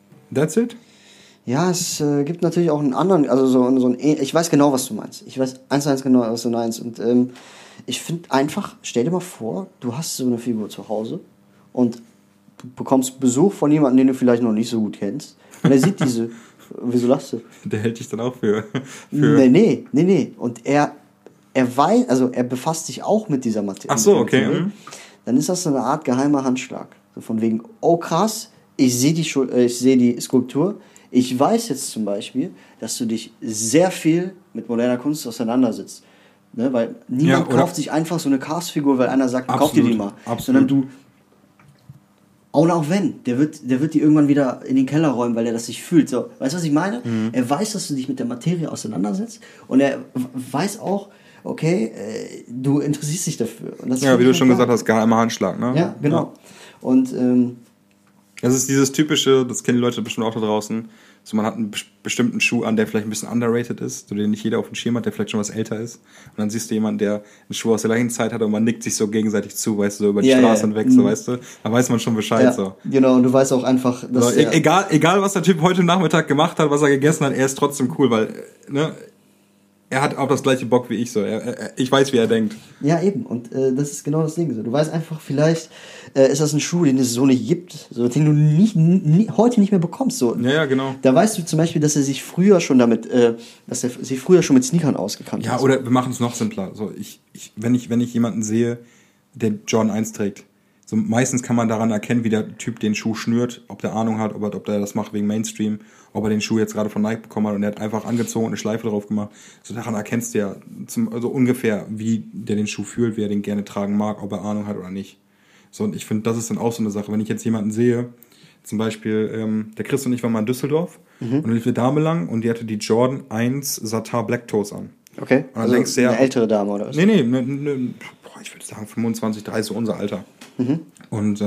Ja, es gibt natürlich auch einen anderen, also ich weiß genau, was du meinst. Ich weiß 1:1 genau, was du meinst. Und ich finde einfach, stell dir mal vor, du hast so eine Figur zu Hause und bekommst Besuch von jemandem, den du vielleicht noch nicht so gut kennst. Und er sieht diese, wieso lachst du? Der hält dich dann auch für... Nee. Und er weiß, also er befasst sich auch mit dieser Materie. Ach so, okay. dann ist das so eine Art geheimer Handschlag. So von wegen, oh krass, ich sehe die Skulptur. Ich weiß jetzt zum Beispiel, dass du dich sehr viel mit moderner Kunst auseinandersetzt. Ne? Weil niemand kauft sich einfach so eine Cast-Figur, weil einer sagt, kauf dir die mal. Absolut. Sondern du, auch wenn, der wird die irgendwann wieder in den Keller räumen, weil er das nicht fühlt. So, weißt du, was ich meine? Er weiß, dass du dich mit der Materie auseinandersetzt und er weiß auch, okay, du interessierst dich dafür. Und das wie du schon gesagt hast, geheimer Handschlag, ne? Ja, genau. Ja. Und das ist dieses typische, das kennen die Leute bestimmt auch da draußen, so man hat einen bestimmten Schuh an, der vielleicht ein bisschen underrated ist, so den nicht jeder auf dem Schirm hat, der vielleicht schon was älter ist. Und dann siehst du jemanden, der einen Schuh aus der gleichen Zeit hat und man nickt sich so gegenseitig zu, weißt du, so über die Straße hinweg, so, weißt du. Da weiß man schon Bescheid, so. Genau, und du weißt auch einfach, dass so, egal, was der Typ heute Nachmittag gemacht hat, was er gegessen hat, er ist trotzdem cool, weil, ne, er hat auch das gleiche Bock wie ich, so. Ich weiß, wie er denkt. Ja, eben. Und das ist genau das Ding. So. Du weißt einfach, vielleicht ist das ein Schuh, den es so nicht gibt, so, den du heute nicht mehr bekommst. So. Ja, genau. Da weißt du zum Beispiel, dass er sich früher schon mit Sneakern ausgekannt hat. Ja, oder wir machen es noch simpler. So, wenn ich jemanden sehe, der Jordan 1 trägt, so meistens kann man daran erkennen, wie der Typ den Schuh schnürt, ob der Ahnung hat, ob der das macht wegen Mainstream, ob er den Schuh jetzt gerade von Nike bekommen hat und er hat einfach angezogen und eine Schleife drauf gemacht. So daran erkennst du ja also ungefähr, wie der den Schuh fühlt, wie er den gerne tragen mag, ob er Ahnung hat oder nicht. So, und ich finde, das ist dann auch so eine Sache. Wenn ich jetzt jemanden sehe, zum Beispiel, der Chris und ich waren mal in Düsseldorf und da lief eine Dame lang und die hatte die Jordan 1 Satar Black Toes an. Okay, und dann denkst du ja, eine ältere Dame oder was? Nee, ich würde sagen 25, 30, so unser Alter. Und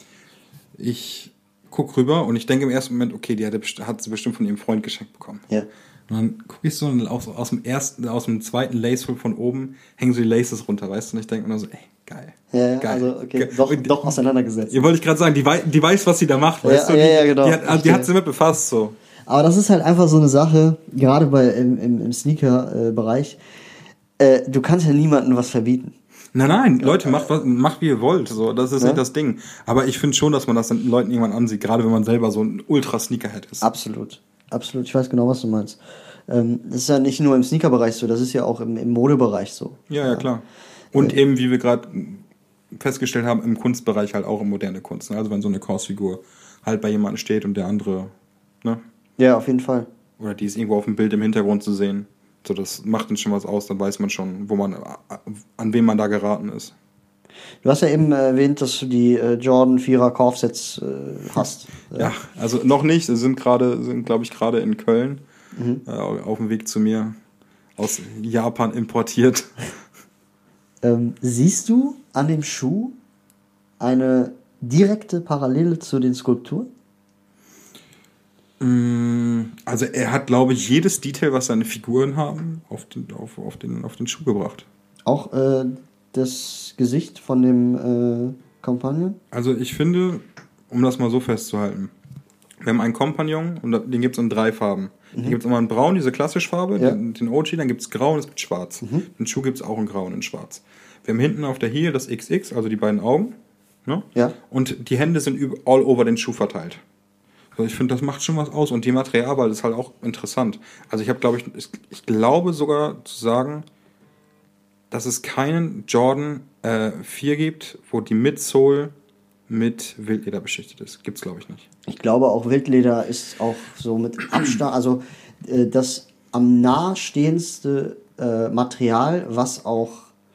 ich guck rüber und ich denke im ersten Moment, okay, hat sie bestimmt von ihrem Freund geschenkt bekommen. Ja. Und dann gucke ich so und aus dem zweiten Lacehook von oben hängen so die Laces runter, weißt du? Und ich denke mir nur so, ey, geil. Ja, geil. Also okay, doch auseinandergesetzt. Ihr wollte ich gerade sagen, die weiß, was sie da macht, weißt du? Ja, genau. Die hat sie mit befasst, so. Aber das ist halt einfach so eine Sache, gerade im Sneaker-Bereich, du kannst ja niemandem was verbieten. Nein, Leute, macht wie ihr wollt, so, das ist nicht das Ding. Aber ich finde schon, dass man das den Leuten irgendwann ansieht, gerade wenn man selber so ein Ultra-Sneakerhead ist. Absolut, ich weiß genau, was du meinst. Das ist ja nicht nur im Sneaker-Bereich so, das ist ja auch im Modebereich so. Ja, klar. Und eben, wie wir gerade festgestellt haben, im Kunstbereich halt auch in moderne Kunst. Ne? Also wenn so eine Kursfigur halt bei jemandem steht und der andere, ne? Ja, auf jeden Fall. Oder die ist irgendwo auf dem Bild im Hintergrund zu sehen. So, das macht dann schon was aus, dann weiß man schon, an wen man da geraten ist. Du hast ja eben erwähnt, dass du die Jordan 4er Kaufsets hast. Ja, also noch nicht, sie sind glaube ich, gerade in Köln auf dem Weg zu mir aus Japan importiert. Siehst du an dem Schuh eine direkte Parallele zu den Skulpturen? Also er hat, glaube ich, jedes Detail, was seine Figuren haben, auf den Schuh gebracht. Auch das Gesicht von dem Kompagnon? Also ich finde, um das mal so festzuhalten, wir haben einen Kompagnon und den gibt es in 3 Farben. Den gibt es immer in Braun, diese klassische Farbe, den OG, dann gibt es Grau und es gibt Schwarz. Den Schuh gibt es auch in Grau und in Schwarz. Wir haben hinten auf der Heel das XX, also die beiden Augen. Ne? Ja. Und die Hände sind all over den Schuh verteilt. Also ich finde, das macht schon was aus. Und die Materialwahl ist halt auch interessant. Also ich glaube sogar zu sagen, dass es keinen Jordan 4 gibt, wo die Midsole mit Wildleder beschichtet ist. Gibt's, glaube ich, nicht. Ich glaube auch Wildleder ist auch so mit Abstand, also das am nahestehendste Material, was auch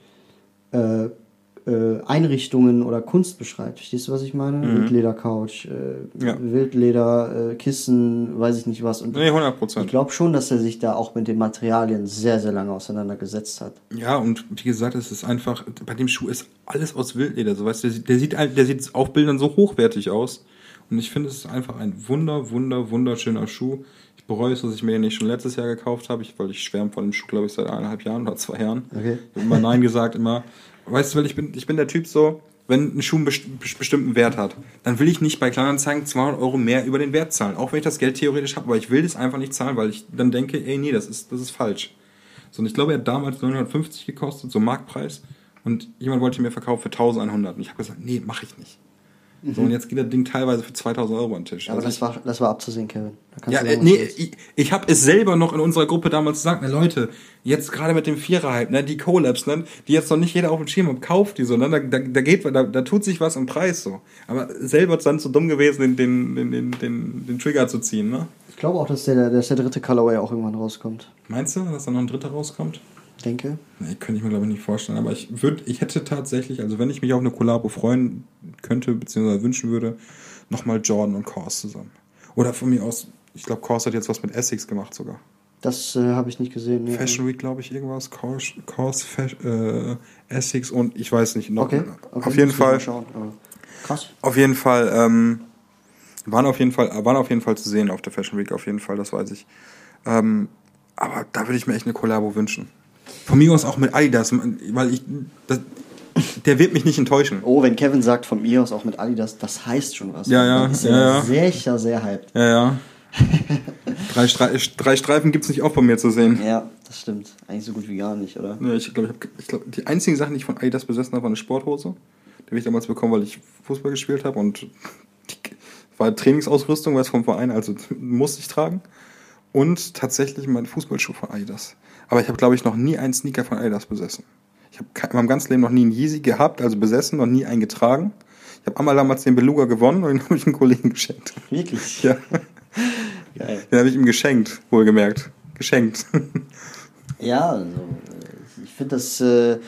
Einrichtungen oder Kunst beschreibt. Verstehst du, was ich meine? Wildleder-Couch, Wildleder-Kissen, weiß ich nicht was. Und 100%. Ich glaube schon, dass er sich da auch mit den Materialien sehr, sehr lange auseinandergesetzt hat. Ja, und wie gesagt, es ist einfach, bei dem Schuh ist alles aus Wildleder. So, weißt du, der sieht auf Bildern so hochwertig aus. Und ich finde, es ist einfach ein wunderschöner Schuh. Ich bereue es, dass ich mir den nicht schon letztes Jahr gekauft habe, weil ich schwärme von dem Schuh, glaube ich, seit 1,5 Jahren oder 2 Jahren. Okay. Ich habe immer Nein gesagt, immer. Weißt du, weil ich bin der Typ so, wenn ein Schuh einen bestimmten Wert hat, dann will ich nicht bei Kleinanzeigen 200 € mehr über den Wert zahlen. Auch wenn ich das Geld theoretisch habe, aber ich will das einfach nicht zahlen, weil ich dann denke, ey, nee, das ist falsch. So, und ich glaube, er hat damals 950 gekostet, so Marktpreis. Und jemand wollte mir verkaufen für 1100. Und ich habe gesagt, nee, mache ich nicht. So, und jetzt geht das Ding teilweise für 2.000 Euro an den Tisch. Aber also das war abzusehen, Kevin. Da kannst ja, du sagen, nee, was du willst. ich habe es selber noch in unserer Gruppe damals gesagt, ne, Leute, jetzt gerade mit dem Vierer-Hype, ne, die Collabs, ne, die jetzt noch nicht jeder auf dem Schirm hat, kauft die so, ne, da tut sich was im Preis so. Aber selber ist dann so dumm gewesen, den Trigger zu ziehen, ne? Ich glaube auch, dass der dritte Colorway auch irgendwann rauskommt. Meinst du, dass da noch ein dritter rauskommt? Denke. Nee, könnte ich mir glaube ich nicht vorstellen, aber ich hätte tatsächlich, also wenn ich mich auf eine Collabo freuen könnte, beziehungsweise wünschen würde, nochmal Jordan und Kors zusammen. Oder von mir aus, ich glaube, Kors hat jetzt was mit Essex gemacht sogar. Das habe ich nicht gesehen. Nee. Fashion Week, glaube ich, irgendwas. Kors Essex und ich weiß nicht. Noch, Okay. Auf jeden Fall. Schauen, krass. Auf jeden Fall, waren auf jeden Fall zu sehen auf der Fashion Week, auf jeden Fall, das weiß ich. Aber da würde ich mir echt eine Kollabo wünschen. Von mir aus auch mit Adidas, weil der wird mich nicht enttäuschen. Oh, wenn Kevin sagt, von mir aus auch mit Adidas, das heißt schon was. Ja. Ist sehr hyped. Ja. Drei Streifen gibt es nicht auch bei mir zu sehen. Ja, das stimmt. Eigentlich so gut wie gar nicht, oder? Ja, ich glaube, die einzigen Sachen, die ich von Adidas besessen habe, war eine Sporthose. Die habe ich damals bekommen, weil ich Fußball gespielt habe und war Trainingsausrüstung, war es vom Verein, also musste ich tragen. Und tatsächlich mein Fußballschuh von Adidas. Aber ich habe, glaube ich, noch nie einen Sneaker von Adidas besessen. Ich habe in meinem ganzen Leben noch nie einen Yeezy gehabt, also besessen, noch nie einen getragen. Ich habe einmal damals den Beluga gewonnen und den habe ich einem Kollegen geschenkt. Wirklich? Ja. Geil. Den habe ich ihm geschenkt, wohlgemerkt. Geschenkt. Ja, also, ich finde das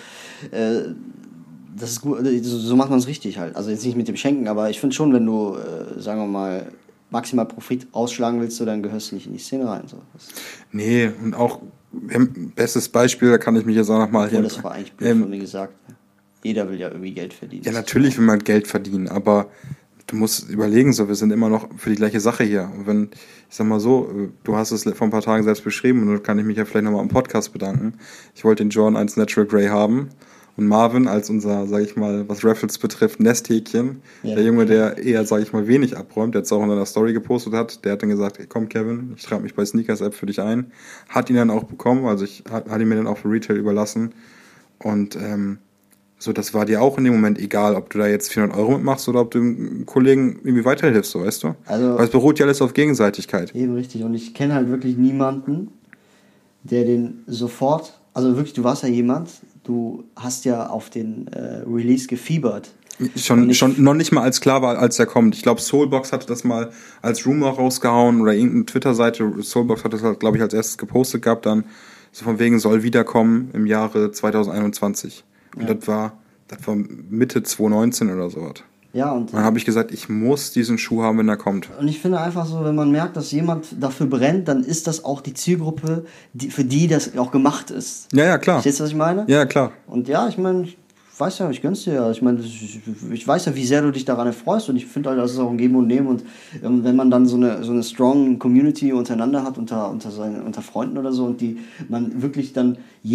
ist gut, so macht man es richtig halt. Also jetzt nicht mit dem Schenken, aber ich finde schon, wenn du, sagen wir mal, maximal Profit ausschlagen willst, so, dann gehörst du nicht in die Szene rein. So. Nee, und auch, bestes Beispiel, da kann ich mich jetzt auch nochmal Obwohl, das war eigentlich blöd von mir gesagt. Jeder will ja irgendwie Geld verdienen. Ja, natürlich will man Geld verdienen, aber du musst überlegen, so, wir sind immer noch für die gleiche Sache hier. Und wenn, ich sag mal so, du hast es vor ein paar Tagen selbst beschrieben und da kann ich mich ja vielleicht nochmal im Podcast bedanken. Ich wollte den Jordan 1 Natural Grey haben und Marvin als unser, sag ich mal, was Raffles betrifft, Nesthäkchen, Ja. der Junge, der eher, sag ich mal, wenig abräumt, der jetzt auch in seiner Story gepostet hat, der hat dann gesagt, hey, komm Kevin, ich trage mich bei Sneakers App für dich ein. Hat ihn dann auch bekommen, also hat ihn mir dann auch für Retail überlassen und so, das war dir auch in dem Moment egal, ob du da jetzt 400 Euro mitmachst oder ob du dem Kollegen irgendwie weiterhilfst, so, weißt du? Also, weil es beruht ja alles auf Gegenseitigkeit. Eben richtig. Und ich kenne halt wirklich niemanden, der den sofort, also wirklich, du warst ja jemand, du hast ja auf den Release gefiebert. Schon noch nicht mal als klar war, als er kommt. Ich glaube, Soulbox hatte das mal als Rumor rausgehauen oder irgendeine Twitter-Seite. Soulbox hat das, glaube ich, als erstes gepostet gehabt, dann so von wegen soll wiederkommen im Jahre 2021. Und das war Mitte 2019 oder so. Ja, und dann habe ich gesagt, ich muss diesen Schuh haben, wenn er kommt. Und ich finde einfach so, wenn man merkt, dass jemand dafür brennt, dann ist das auch die Zielgruppe, für die das auch gemacht ist. Ja, klar. Verstehst du, was ich meine? Ja, klar. Und ja, ich meine, ich weiß ja, ich gönn's dir ja. Ich meine, ich weiß ja, wie sehr du dich daran erfreust und ich finde halt, das ist auch ein Geben und Nehmen und wenn man dann so eine strong Community untereinander hat, unter Freunden oder so und man wirklich dann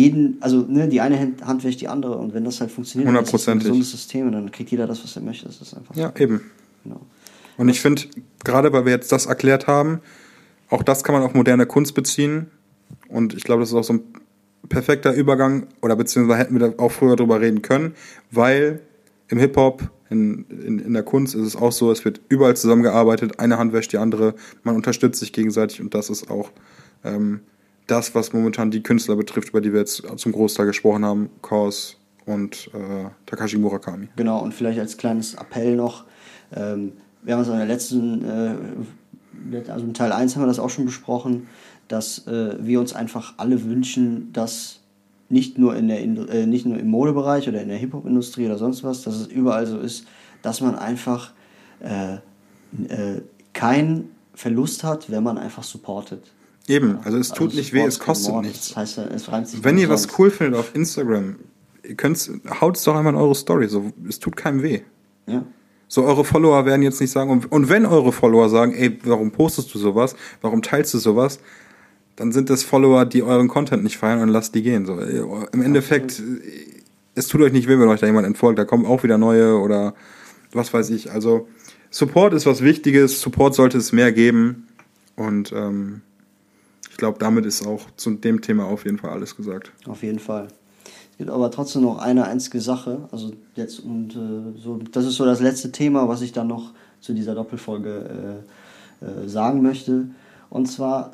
die eine Hand wäscht die andere und wenn das halt funktioniert, dann ist das ein gesundes System und dann kriegt jeder das, was er möchte. Das ist einfach ja, so. eben. Genau. Und ich finde, gerade weil wir jetzt das erklärt haben, auch das kann man auf moderne Kunst beziehen und ich glaube, das ist auch so ein perfekter Übergang, oder beziehungsweise hätten wir da auch früher drüber reden können, weil im Hip-Hop, in der Kunst ist es auch so, es wird überall zusammengearbeitet, eine Hand wäscht die andere, man unterstützt sich gegenseitig und das ist auch das, was momentan die Künstler betrifft, über die wir jetzt zum Großteil gesprochen haben, Kors und Takashi Murakami. Genau, und vielleicht als kleines Appell noch, wir haben es in der letzten, also in Teil 1 haben wir das auch schon besprochen, dass wir uns einfach alle wünschen, dass nicht nur im Modebereich oder in der Hip-Hop-Industrie oder sonst was, dass es überall so ist, dass man einfach keinen Verlust hat, wenn man einfach supportet. Eben, also es tut nicht weh, es kostet nichts. Das heißt, es reimt sich wenn ihr was cool findet auf Instagram, haut es doch einmal in eure Story, so, es tut keinem weh. Ja. So, eure Follower werden jetzt nicht sagen, und wenn eure Follower sagen, ey, warum postest du sowas, warum teilst du sowas, dann sind das Follower, die euren Content nicht feiern und lasst die gehen. So, im Endeffekt, es tut euch nicht weh, wenn euch da jemand entfolgt, da kommen auch wieder neue oder was weiß ich. Also Support ist was Wichtiges, Support sollte es mehr geben und ich glaube, damit ist auch zu dem Thema auf jeden Fall alles gesagt. Auf jeden Fall. gibt aber trotzdem noch eine einzige Sache. Also jetzt so, das ist so das letzte Thema, was ich dann noch zu dieser Doppelfolge sagen möchte. Und zwar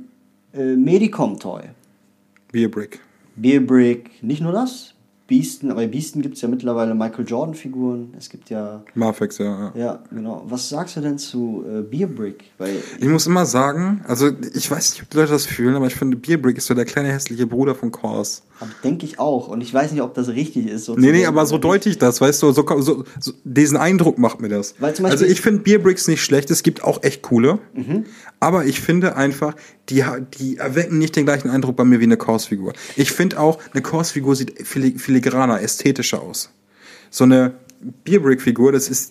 Medicom Toy. Beerbrick. Beerbrick, nicht nur das. Beaston, aber bei Beaston gibt es ja mittlerweile Michael Jordan-Figuren. Es gibt ja... Mafex, ja. Ja, genau. Was sagst du denn zu Beerbrick? Weil Ich muss immer sagen, also ich weiß nicht, ob die Leute das fühlen, aber ich finde, Beerbrick ist so der kleine hässliche Bruder von Kors. denke ich auch. Und ich weiß nicht, ob das richtig ist. So Nee, aber so deute ich das, weißt du, so diesen Eindruck macht mir das. Weil zum Beispiel also ich finde Beerbricks nicht schlecht, es gibt auch echt coole, aber ich finde einfach, die erwecken nicht den gleichen Eindruck bei mir wie eine Kors-Figur. Ich finde auch, eine Kors-Figur sieht filigraner, ästhetischer aus. So eine Beerbrick-Figur, das ist...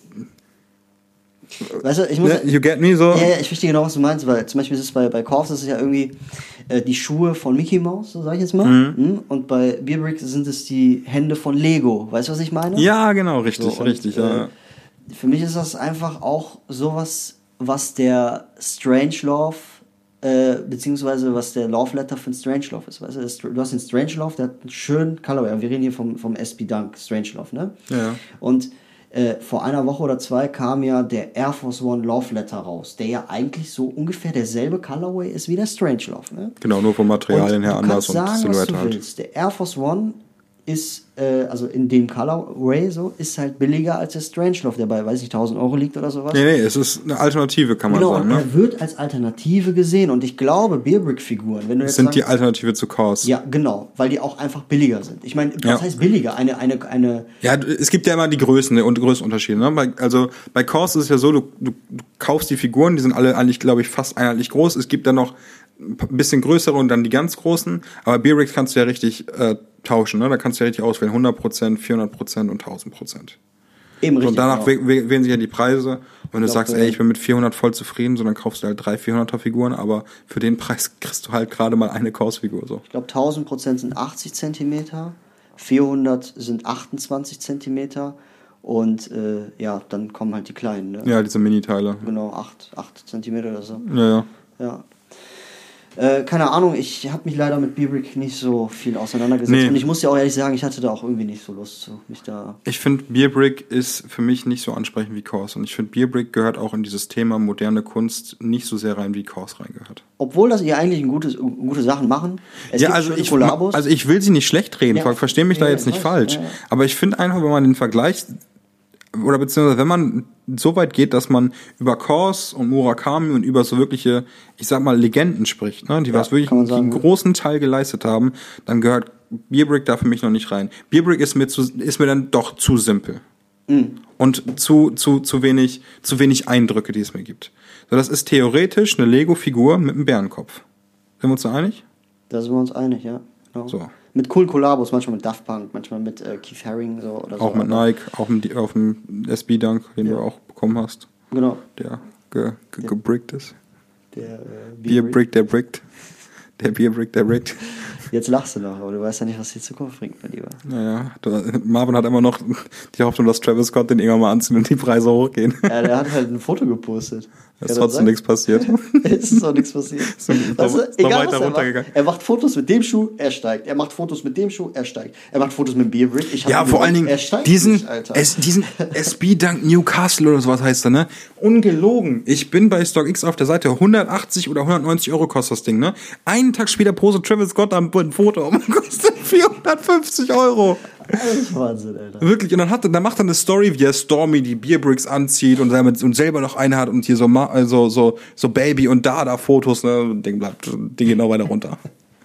Weißt du, ich muss... You get me? So? Ja, ich verstehe genau, was du meinst, weil zum Beispiel ist es bei Kors, das ist ja irgendwie die Schuhe von Mickey Mouse, so sag ich jetzt mal. Und bei Beerbrick sind es die Hände von Lego. Weißt du, was ich meine? Ja, genau, richtig, So, und, richtig. Ja. Für mich ist das einfach auch sowas, was der Strangelove, beziehungsweise was der Love Letter für den Strangelove ist. Weißt du, du hast den Strangelove, der hat einen schönen Colorway. Wir reden hier vom SB Dunk Strangelove, ne? Ja. Und vor einer Woche oder zwei kam ja der Air Force One Love Letter raus, der ja eigentlich so ungefähr derselbe Colorway ist wie der Strangelove, ne? Genau, nur vom Materialien her anders Du kannst und sagen, was Silhouette du halt. willst. Der Air Force One ist, also in dem Colorway so, ist halt billiger als der Strangelove, der bei, weiß ich, 1.000 Euro liegt oder sowas. Nee, es ist eine Alternative, kann man Genau, sagen. und Ne? er wird als Alternative gesehen. Und ich glaube, Beerbrick-Figuren, wenn du Das jetzt sind die sagst, Alternative zu Kors. ja, genau, weil die auch einfach billiger sind. Ich meine, was Ja. heißt billiger? Eine Ja, es gibt ja immer die Größen und Größenunterschiede. Ne? Bei Kors ist es ja so, du kaufst die Figuren, die sind alle eigentlich, glaube ich, fast einheitlich groß. Es gibt dann noch ein bisschen größere und dann die ganz großen. Aber Beerbrick kannst du ja richtig tauschen. Ne? Da kannst du ja richtig auswählen. 100%, 400% und 1000%. eben So, richtig. und danach genau. wählen sich ja die Preise. Wenn du Ich glaub, sagst, ey, ich bin mit 400 voll zufrieden, so dann kaufst du halt 300-400er Figuren, aber für den Preis kriegst du halt gerade mal eine Kors-Figur. So. Ich glaube, 1000% sind 80 Zentimeter, 400 sind 28 Zentimeter und ja, dann kommen halt die kleinen. Ne? Ja, diese Mini-Teile. Genau, 8 Zentimeter oder so. Ja. Ja. Keine Ahnung, ich habe mich leider mit Beerbrick nicht so viel auseinandergesetzt. Nee. Und ich muss ja auch ehrlich sagen, ich hatte da auch irgendwie nicht so Lust zu, mich da... Ich finde, Beerbrick ist für mich nicht so ansprechend wie Kors. Und ich finde, Beerbrick gehört auch in dieses Thema moderne Kunst nicht so sehr rein, wie Kors reingehört. Obwohl das ihr eigentlich gute Sachen machen. Es gibt schöne Kollabos. also ich will sie nicht schlecht reden, Ja. verstehe mich da Ja, jetzt nicht ich weiß. falsch. Ja. Aber ich finde einfach, wenn man den Vergleich, oder beziehungsweise wenn man so weit geht, dass man über Kors und Murakami und über so wirkliche, ich sag mal, Legenden spricht, ne, die was wirklich kann man sagen, einen ja. großen Teil geleistet haben, dann gehört Beerbrick da für mich noch nicht rein. Beerbrick ist mir dann doch zu simpel. Und zu wenig Eindrücke, die es mir gibt. So, das ist theoretisch eine Lego-Figur mit einem Bärenkopf. Sind wir uns da einig? Da sind wir uns einig, ja. Genau. So. Mit coolen Kollabos, manchmal mit Daft Punk, manchmal mit Keith Haring so oder so. Auch mit Nike, auch auf dem SB Dunk, den du auch bekommen hast, Genau. der gebrickt ist. Der Beerbrick, der brickt. Der Beerbrick, der brickt. Jetzt lachst du noch, aber du weißt ja nicht, was die Zukunft bringt, mein Lieber. Naja, Marvin hat immer noch die Hoffnung, dass Travis Scott den irgendwann mal anzieht und die Preise hochgehen. Ja, der hat halt ein Foto gepostet. Es ist trotzdem nichts passiert. Es ist auch nichts passiert. Ist noch egal, weiter was runtergegangen. er macht Fotos mit dem Schuh, er steigt. Er macht Fotos mit dem Schuh, er steigt. Er macht Fotos mit dem Beerbrick. Ja, vor allen Dingen er steigt diesen nicht, Alter. SB Dunk Newcastle oder sowas heißt er, ne? Ungelogen. Ich bin bei StockX auf der Seite, 180 oder 190 Euro kostet das Ding, ne? Einen Tag später postet Travis Scott ein Foto und kostet 450 Euro. Das ist Wahnsinn, Alter. Wirklich, und dann macht er eine Story, wie er Stormy die Beerbricks anzieht und selber noch eine hat und hier so Baby- und Dada-Fotos, ne? Und Ding geht noch weiter runter.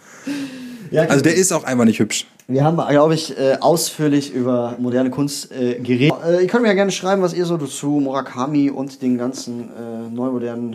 Ja, Also der ist auch einfach nicht hübsch. wir haben, glaube ich, ausführlich über moderne Kunst geredet. Ihr könnt mir ja gerne schreiben, was ihr so zu Murakami und den ganzen neumodernen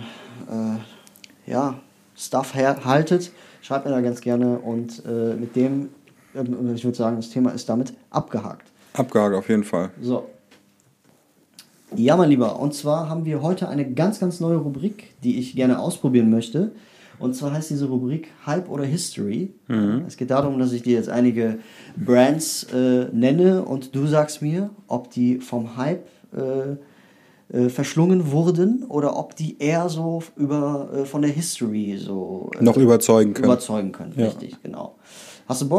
Stuff haltet. Schreibt mir da ganz gerne und mit dem, ich würde sagen, das Thema ist damit abgehakt. Abgehakt auf jeden Fall. So. Ja, mein Lieber, und zwar haben wir heute eine ganz, ganz neue Rubrik, die ich gerne ausprobieren möchte. Und zwar heißt diese Rubrik Hype oder History. Es geht darum, dass ich dir jetzt einige Brands nenne und du sagst mir, ob die vom Hype verschlungen wurden oder ob die eher so von der History so Noch überzeugen können. überzeugen können. Ja. Richtig, genau. Hast du Bock?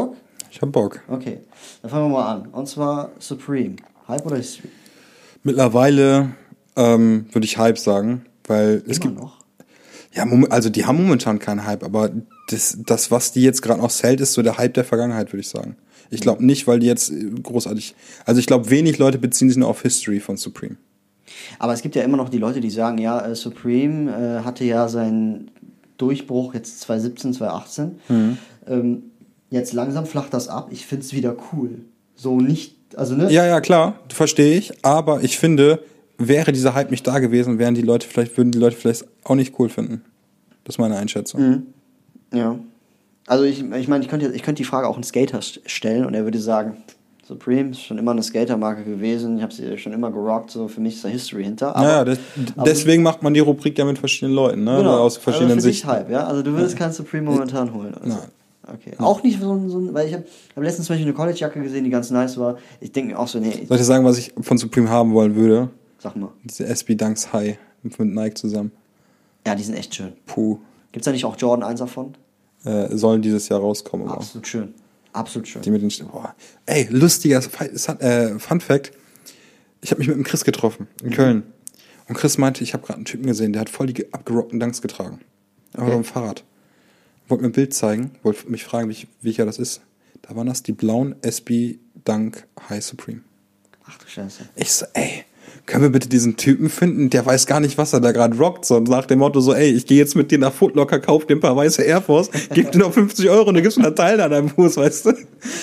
Ich hab Bock. Okay, dann fangen wir mal an. Und zwar Supreme. Hype oder History? Mittlerweile würde ich Hype sagen, weil es gibt noch. ja, also die haben momentan keinen Hype, aber das was die jetzt gerade noch zählt, ist so der Hype der Vergangenheit, würde ich sagen. Ich glaube nicht, weil die jetzt großartig, also ich glaube wenig Leute beziehen sich nur auf History von Supreme. Aber es gibt ja immer noch die Leute, die sagen, ja, Supreme hatte ja seinen Durchbruch jetzt 2017, 2018. Jetzt langsam flacht das ab. Ich find's wieder cool. So nicht, also ne? Ja, klar, verstehe ich, aber ich finde, wäre dieser Hype nicht da gewesen, würden die Leute vielleicht auch nicht cool finden. Das ist meine Einschätzung. Ja. Also ich meine, ich könnte die Frage auch einen Skater stellen und er würde sagen, Supreme ist schon immer eine Skatermarke gewesen, ich habe sie schon immer gerockt, so für mich ist da History hinter. Aber, deswegen macht man die Rubrik ja mit verschiedenen Leuten, ne? Genau, aus verschiedenen also für dich Sichten. Hype, ja? Also du würdest keinen Supreme momentan holen. Also. Nein. Okay. Auch nicht so ein, weil ich hab letztens zum Beispiel eine College-Jacke gesehen, die ganz nice war. Ich denke mir auch so, nee. Soll ich dir sagen, was ich von Supreme haben wollen würde? Sag mal. Diese SB Dunks High mit Nike zusammen. Ja, die sind echt schön. Puh. Gibt's da nicht auch Jordan 1 davon? Sollen dieses Jahr rauskommen. Aber. Absolut schön. Absolut schön. Die mit den Ey, lustiger Fun Fact. Ich habe mich mit dem Chris getroffen in Köln. Und Chris meinte, ich habe gerade einen Typen gesehen, der hat voll die abgerockten Dunks getragen. Aber auf dem Fahrrad. Wollte mir ein Bild zeigen, wollte mich fragen, wie das ist. Da waren das die blauen SB Dunk High Supreme. Ach du Scheiße. Ich so, ey, können wir bitte diesen Typen finden? Der weiß gar nicht, was er da gerade rockt. So, nach dem Motto so, ey, ich gehe jetzt mit dir nach Foot Locker, kauf dir ein paar weiße Air Force, gib dir noch 50 € und du gibst mir einen Teil an deinem Fuß, weißt du?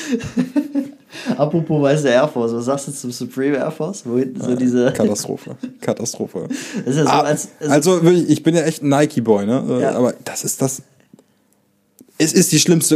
Apropos weiße Air Force, was sagst du zum Supreme Air Force? Wo hinten so diese... Katastrophe. Das ist ja so, also wirklich, ich bin ja echt ein Nike-Boy, ne? Ja. Aber das ist das... Es ist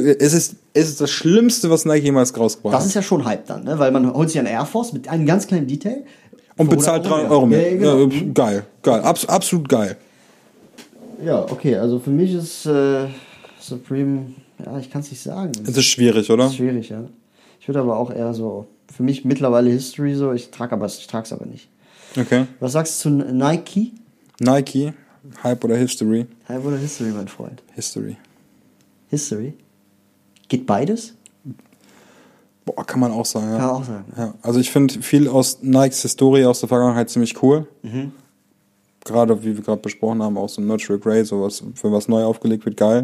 das Schlimmste, was Nike jemals rausgebracht hat. das ist ja schon Hype dann, ne? Weil man holt sich einen Air Force mit einem ganz kleinen Detail. Und bezahlt 300 € mehr. Ja, genau. Geil. Absolut geil. Ja, okay, also für mich ist Supreme, ja, ich kann es nicht sagen. Es ist schwierig, oder? Das ist schwierig, ja. Ich würde aber auch eher so, für mich mittlerweile History so, ich trage es aber nicht. Okay. Was sagst du zu Nike? Nike, Hype oder History? Hype oder History, mein Freund? History. History? Geht beides? Boah, kann man auch sagen, ja. Kann man auch sagen. Ja, also ich finde viel aus Nikes Historie aus der Vergangenheit ziemlich cool. Gerade, wie wir gerade besprochen haben, auch so Natural Grey, sowas, für was neu aufgelegt wird, geil.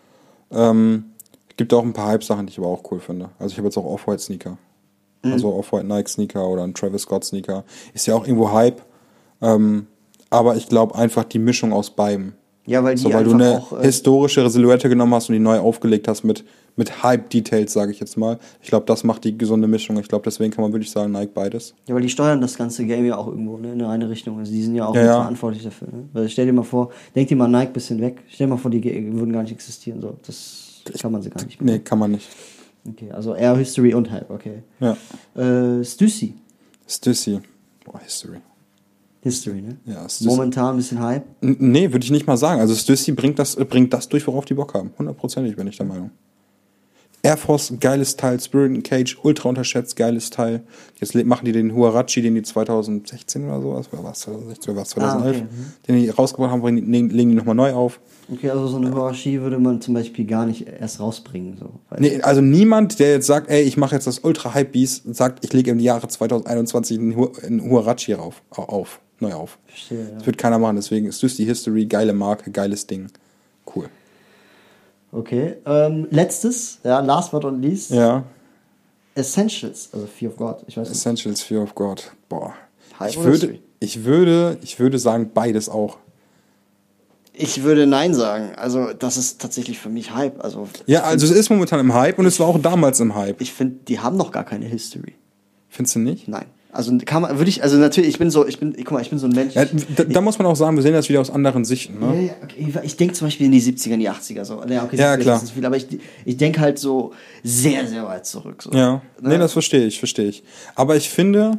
Gibt auch ein paar Hype-Sachen, die ich aber auch cool finde. Also ich habe jetzt auch Off-White-Sneaker. Also Off-White Nike-Sneaker oder ein Travis Scott-Sneaker. Ist ja auch irgendwo Hype. Aber ich glaube einfach die Mischung aus beidem. Ja, weil die weil du einfach eine auch, historische Silhouette genommen hast und die neu aufgelegt hast mit Hype-Details, sage ich jetzt mal. Ich glaube, das macht die gesunde Mischung. Ich glaube, deswegen kann man wirklich sagen, Nike beides. Ja, weil die steuern das ganze Game ja auch irgendwo, ne, in eine Richtung. Also die sind ja auch Ja, mit ja. verantwortlich dafür. Ne? Weil stell dir mal vor, denk dir mal Nike bisschen weg. Stell dir mal vor, die würden gar nicht existieren. So. Das kann man sie gar nicht. Nee, kann man nicht. Okay, also eher History und Hype, okay. Ja. Stussy. Stussy. Boah, History. History, ne? Ja, Stussy. Momentan ein bisschen Hype. Nee, würde ich nicht mal sagen. Also Stussy bringt das durch, worauf die Bock haben. 100%ig bin ich der Meinung. Air Force, geiles Teil. Spirit and Cage, ultra unterschätzt, geiles Teil. Jetzt machen die den Huarachi, den die 2016 oder sowas, oder was, 2016 oder was, 2011, okay. Den die rausgebracht haben, legen die nochmal neu auf. Okay, also so eine Huarachi würde man zum Beispiel gar nicht erst rausbringen. So. Nee, also niemand, der jetzt sagt, ey, ich mache jetzt das Ultra-Hype-Beast, sagt, ich lege im Jahre 2021 einen Huarachi neu auf. Verstehe, ja. Das wird keiner machen, deswegen ist Stussy History, geile Marke, geiles Ding. Cool. Okay, letztes, ja, last but not least, Ja. Essentials, also Fear of God, ich weiß nicht. Essentials, Fear of God. Boah. Hype oder History? Ich würde sagen, beides auch. Ich würde Nein sagen, also das ist tatsächlich für mich Hype. Also Ja, also es ist momentan im Hype und es war auch damals im Hype. ich finde, die haben noch gar keine History. Findest du nicht? Nein. Also also natürlich, ich bin so ein Mensch. Ja, da muss man auch sagen, wir sehen das wieder aus anderen Sichten. Ne? Ja, okay. Ich denke zum Beispiel in die 70er, in die 80er so. Ja, okay, Ja, 70er klar. ist nicht viel, aber ich denke halt so sehr, sehr weit zurück. So. Ja, Ne? nee, das verstehe ich. Aber ich finde,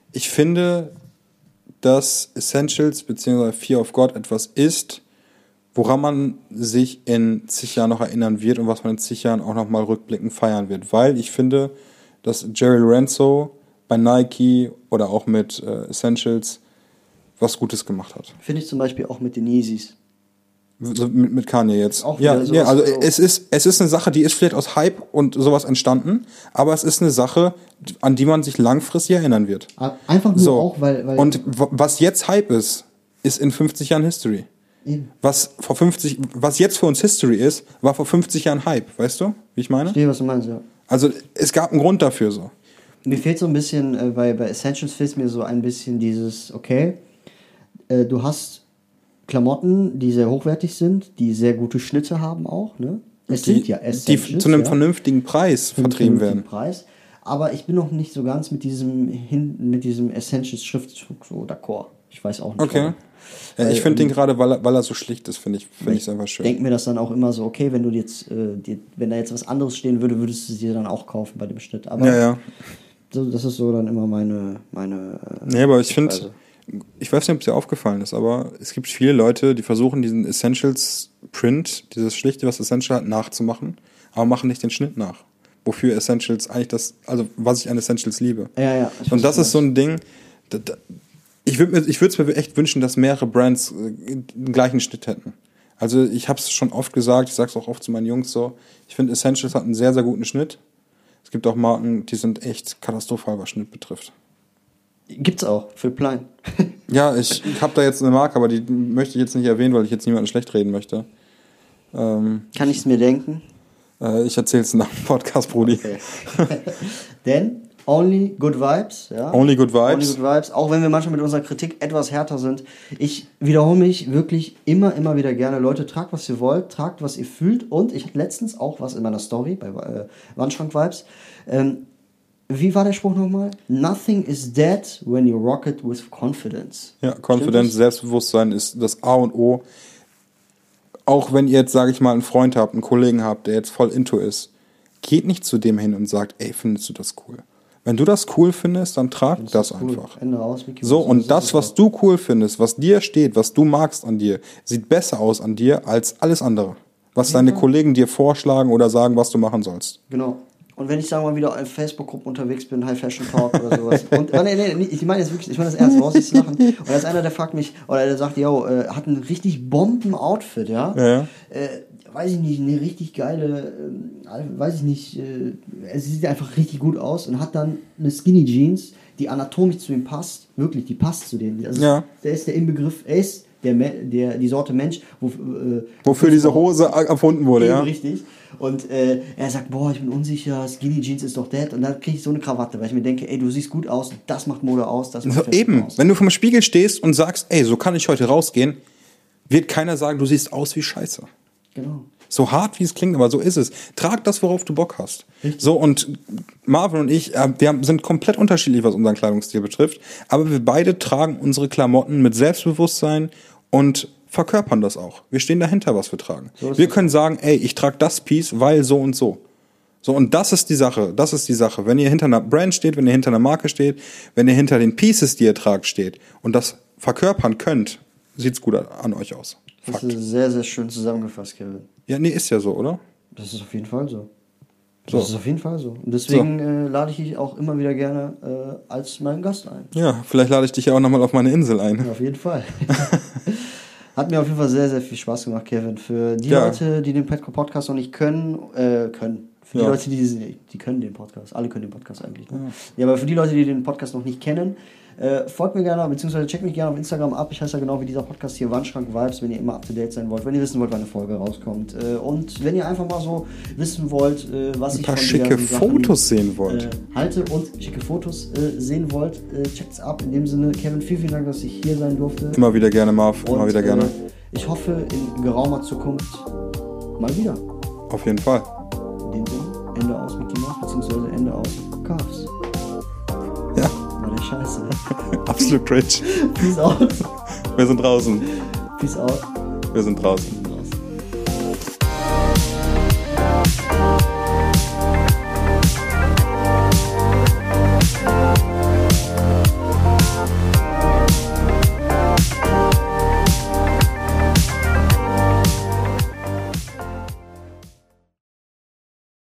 dass Essentials bzw. Fear of God etwas ist, woran man sich in zig Jahren noch erinnern wird und was man in zig Jahren auch noch mal rückblickend feiern wird. Weil ich finde, dass Jerry Lorenzo bei Nike oder auch mit Essentials was Gutes gemacht hat. Finde ich zum Beispiel auch mit den Yeezys. So mit Kanye jetzt. Auch Ja, wieder ja, sowas also so. es ist eine Sache, die ist vielleicht aus Hype und sowas entstanden, aber es ist eine Sache, an die man sich langfristig erinnern wird. Einfach nur So. auch, weil Und was jetzt Hype ist in 50 Jahren History. Eben. Was jetzt für uns History ist, war vor 50 Jahren Hype, weißt du, wie ich meine? Ich verstehe, was du meinst, ja. Also es gab einen Grund dafür so. Mir fehlt so ein bisschen, bei Essentials fehlt mir so ein bisschen dieses, okay, du hast Klamotten, die sehr hochwertig sind, die sehr gute Schnitte haben auch, ne? Es sind ja Essentials, die zu einem vernünftigen Preis vertrieben werden. Preis. Aber ich bin noch nicht so ganz mit diesem Essentials-Schriftzug so d'accord. Ich weiß auch nicht. Okay. Ja, ich finde den gerade, weil er so schlicht ist, finde ich es einfach schön. Ich denke mir das dann auch immer so, okay, wenn du jetzt, wenn da jetzt was anderes stehen würde, würdest du sie dann auch kaufen bei dem Schnitt. Aber Ja. so, das ist so dann immer meine Nee, aber ich finde, ich weiß nicht, ob es dir aufgefallen ist, aber es gibt viele Leute, die versuchen, diesen Essentials-Print, dieses Schlichte, was Essential hat, nachzumachen, aber machen nicht den Schnitt nach. Wofür Essentials eigentlich was ich an Essentials liebe. Ja. Und das ist so ein Ding, ich würde es mir echt wünschen, dass mehrere Brands den gleichen Schnitt hätten. Also ich habe es schon oft gesagt, ich sage es auch oft zu meinen Jungs so, ich finde Essentials hat einen sehr, sehr guten Schnitt. Es gibt auch Marken, die sind echt katastrophal, was Schnitt betrifft. Gibt's auch, für Plein. Ja, ich habe da jetzt eine Marke, aber die möchte ich jetzt nicht erwähnen, weil ich jetzt niemanden schlecht reden möchte. Kann ich es mir denken? Ich erzähle es nach dem Podcast, Brudi. Okay. Denn only good vibes. Ja? Only good vibes. Only good vibes. Auch wenn wir manchmal mit unserer Kritik etwas härter sind. Ich wiederhole mich wirklich immer wieder gerne. Leute, tragt, was ihr wollt, tragt, was ihr fühlt. Und ich hatte letztens auch was in meiner Story bei Wandschrank-Vibes. Wie war der Spruch nochmal? Nothing is dead when you rock it with confidence. Ja, Confidence, Selbstbewusstsein ist das A und O. Auch wenn ihr jetzt, sage ich mal, einen Freund habt, einen Kollegen habt, der jetzt voll into ist, geht nicht zu dem hin und sagt, ey, findest du das cool? Wenn du das cool findest, dann trag das cool. einfach. Ende aus, Mickey So, Mouse, und das, was du cool findest, was dir steht, was du magst an dir, sieht besser aus an dir als alles andere. Was deine Kollegen dir vorschlagen oder sagen, was du machen sollst. Genau. Und wenn ich, sagen wir mal, wieder in Facebook-Gruppen unterwegs bin, High Fashion Talk oder sowas. Und, nee, ich meine das ernst, raus nicht lachen. Und da ist einer, der fragt mich, oder der sagt, hat ein richtig Bomben-Outfit, ja. Weiß ich nicht, eine richtig geile, es sieht einfach richtig gut aus und hat dann eine Skinny Jeans, die anatomisch zu ihm passt. Wirklich, die passt zu denen. Also der ist der Inbegriff, er ist die Sorte Mensch, wofür diese Hose erfunden wurde, ja. Richtig. Und er sagt, boah, ich bin unsicher, Skinny Jeans ist doch dead. Und dann kriege ich so eine Krawatte, weil ich mir denke, ey, du siehst gut aus, das macht Mode aus, das macht so, Fashion eben, aus. wenn du vom Spiegel stehst und sagst, ey, so kann ich heute rausgehen, wird keiner sagen, du siehst aus wie Scheiße. Genau. So hart, wie es klingt, aber so ist es. Trag das, worauf du Bock hast. Richtig. So, und Marvin und ich, sind komplett unterschiedlich, was unseren Kleidungsstil betrifft, aber wir beide tragen unsere Klamotten mit Selbstbewusstsein und verkörpern das auch. Wir stehen dahinter, was wir tragen. So wir können sagen, ey, ich trage das Piece, weil so und so. So, und das ist die Sache. Wenn ihr hinter einer Brand steht, wenn ihr hinter einer Marke steht, wenn ihr hinter den Pieces, die ihr tragt, steht und das verkörpern könnt, sieht's gut an euch aus. Das ist sehr, sehr schön zusammengefasst, Kevin. Ja, nee, ist ja so, oder? Das ist auf jeden Fall so. Das ist auf jeden Fall so. Und deswegen lade ich dich auch immer wieder gerne als meinen Gast ein. Ja, vielleicht lade ich dich ja auch nochmal auf meine Insel ein. Ja, auf jeden Fall. Hat mir auf jeden Fall sehr, sehr viel Spaß gemacht, Kevin. Für die Leute, die den Podcast noch nicht können. Für die Leute, die können den Podcast. Alle können den Podcast eigentlich. Ne? Ja, aber für die Leute, die den Podcast noch nicht kennen, folgt mir gerne, beziehungsweise checkt mich gerne auf Instagram ab. Ich heiße ja genau wie dieser Podcast hier, Wandschrank Vibes, wenn ihr immer up to date sein wollt, wenn ihr wissen wollt, wann eine Folge rauskommt. Und wenn ihr einfach mal so wissen wollt, was ich von schicke Fotos sehen wollt. Halte und schicke Fotos sehen wollt, checkt's ab. In dem Sinne, Kevin, vielen Dank, dass ich hier sein durfte. Immer wieder gerne, Marv. Immer wieder gerne. Ich hoffe, in geraumer Zukunft mal wieder. Auf jeden Fall. In dem Sinne, Ende aus Mickey Mouse, beziehungsweise Ende aus Cars. Ja. War der Scheiße, ne? Absolut cringe. Peace out. Wir sind draußen. Peace out. Wir sind draußen.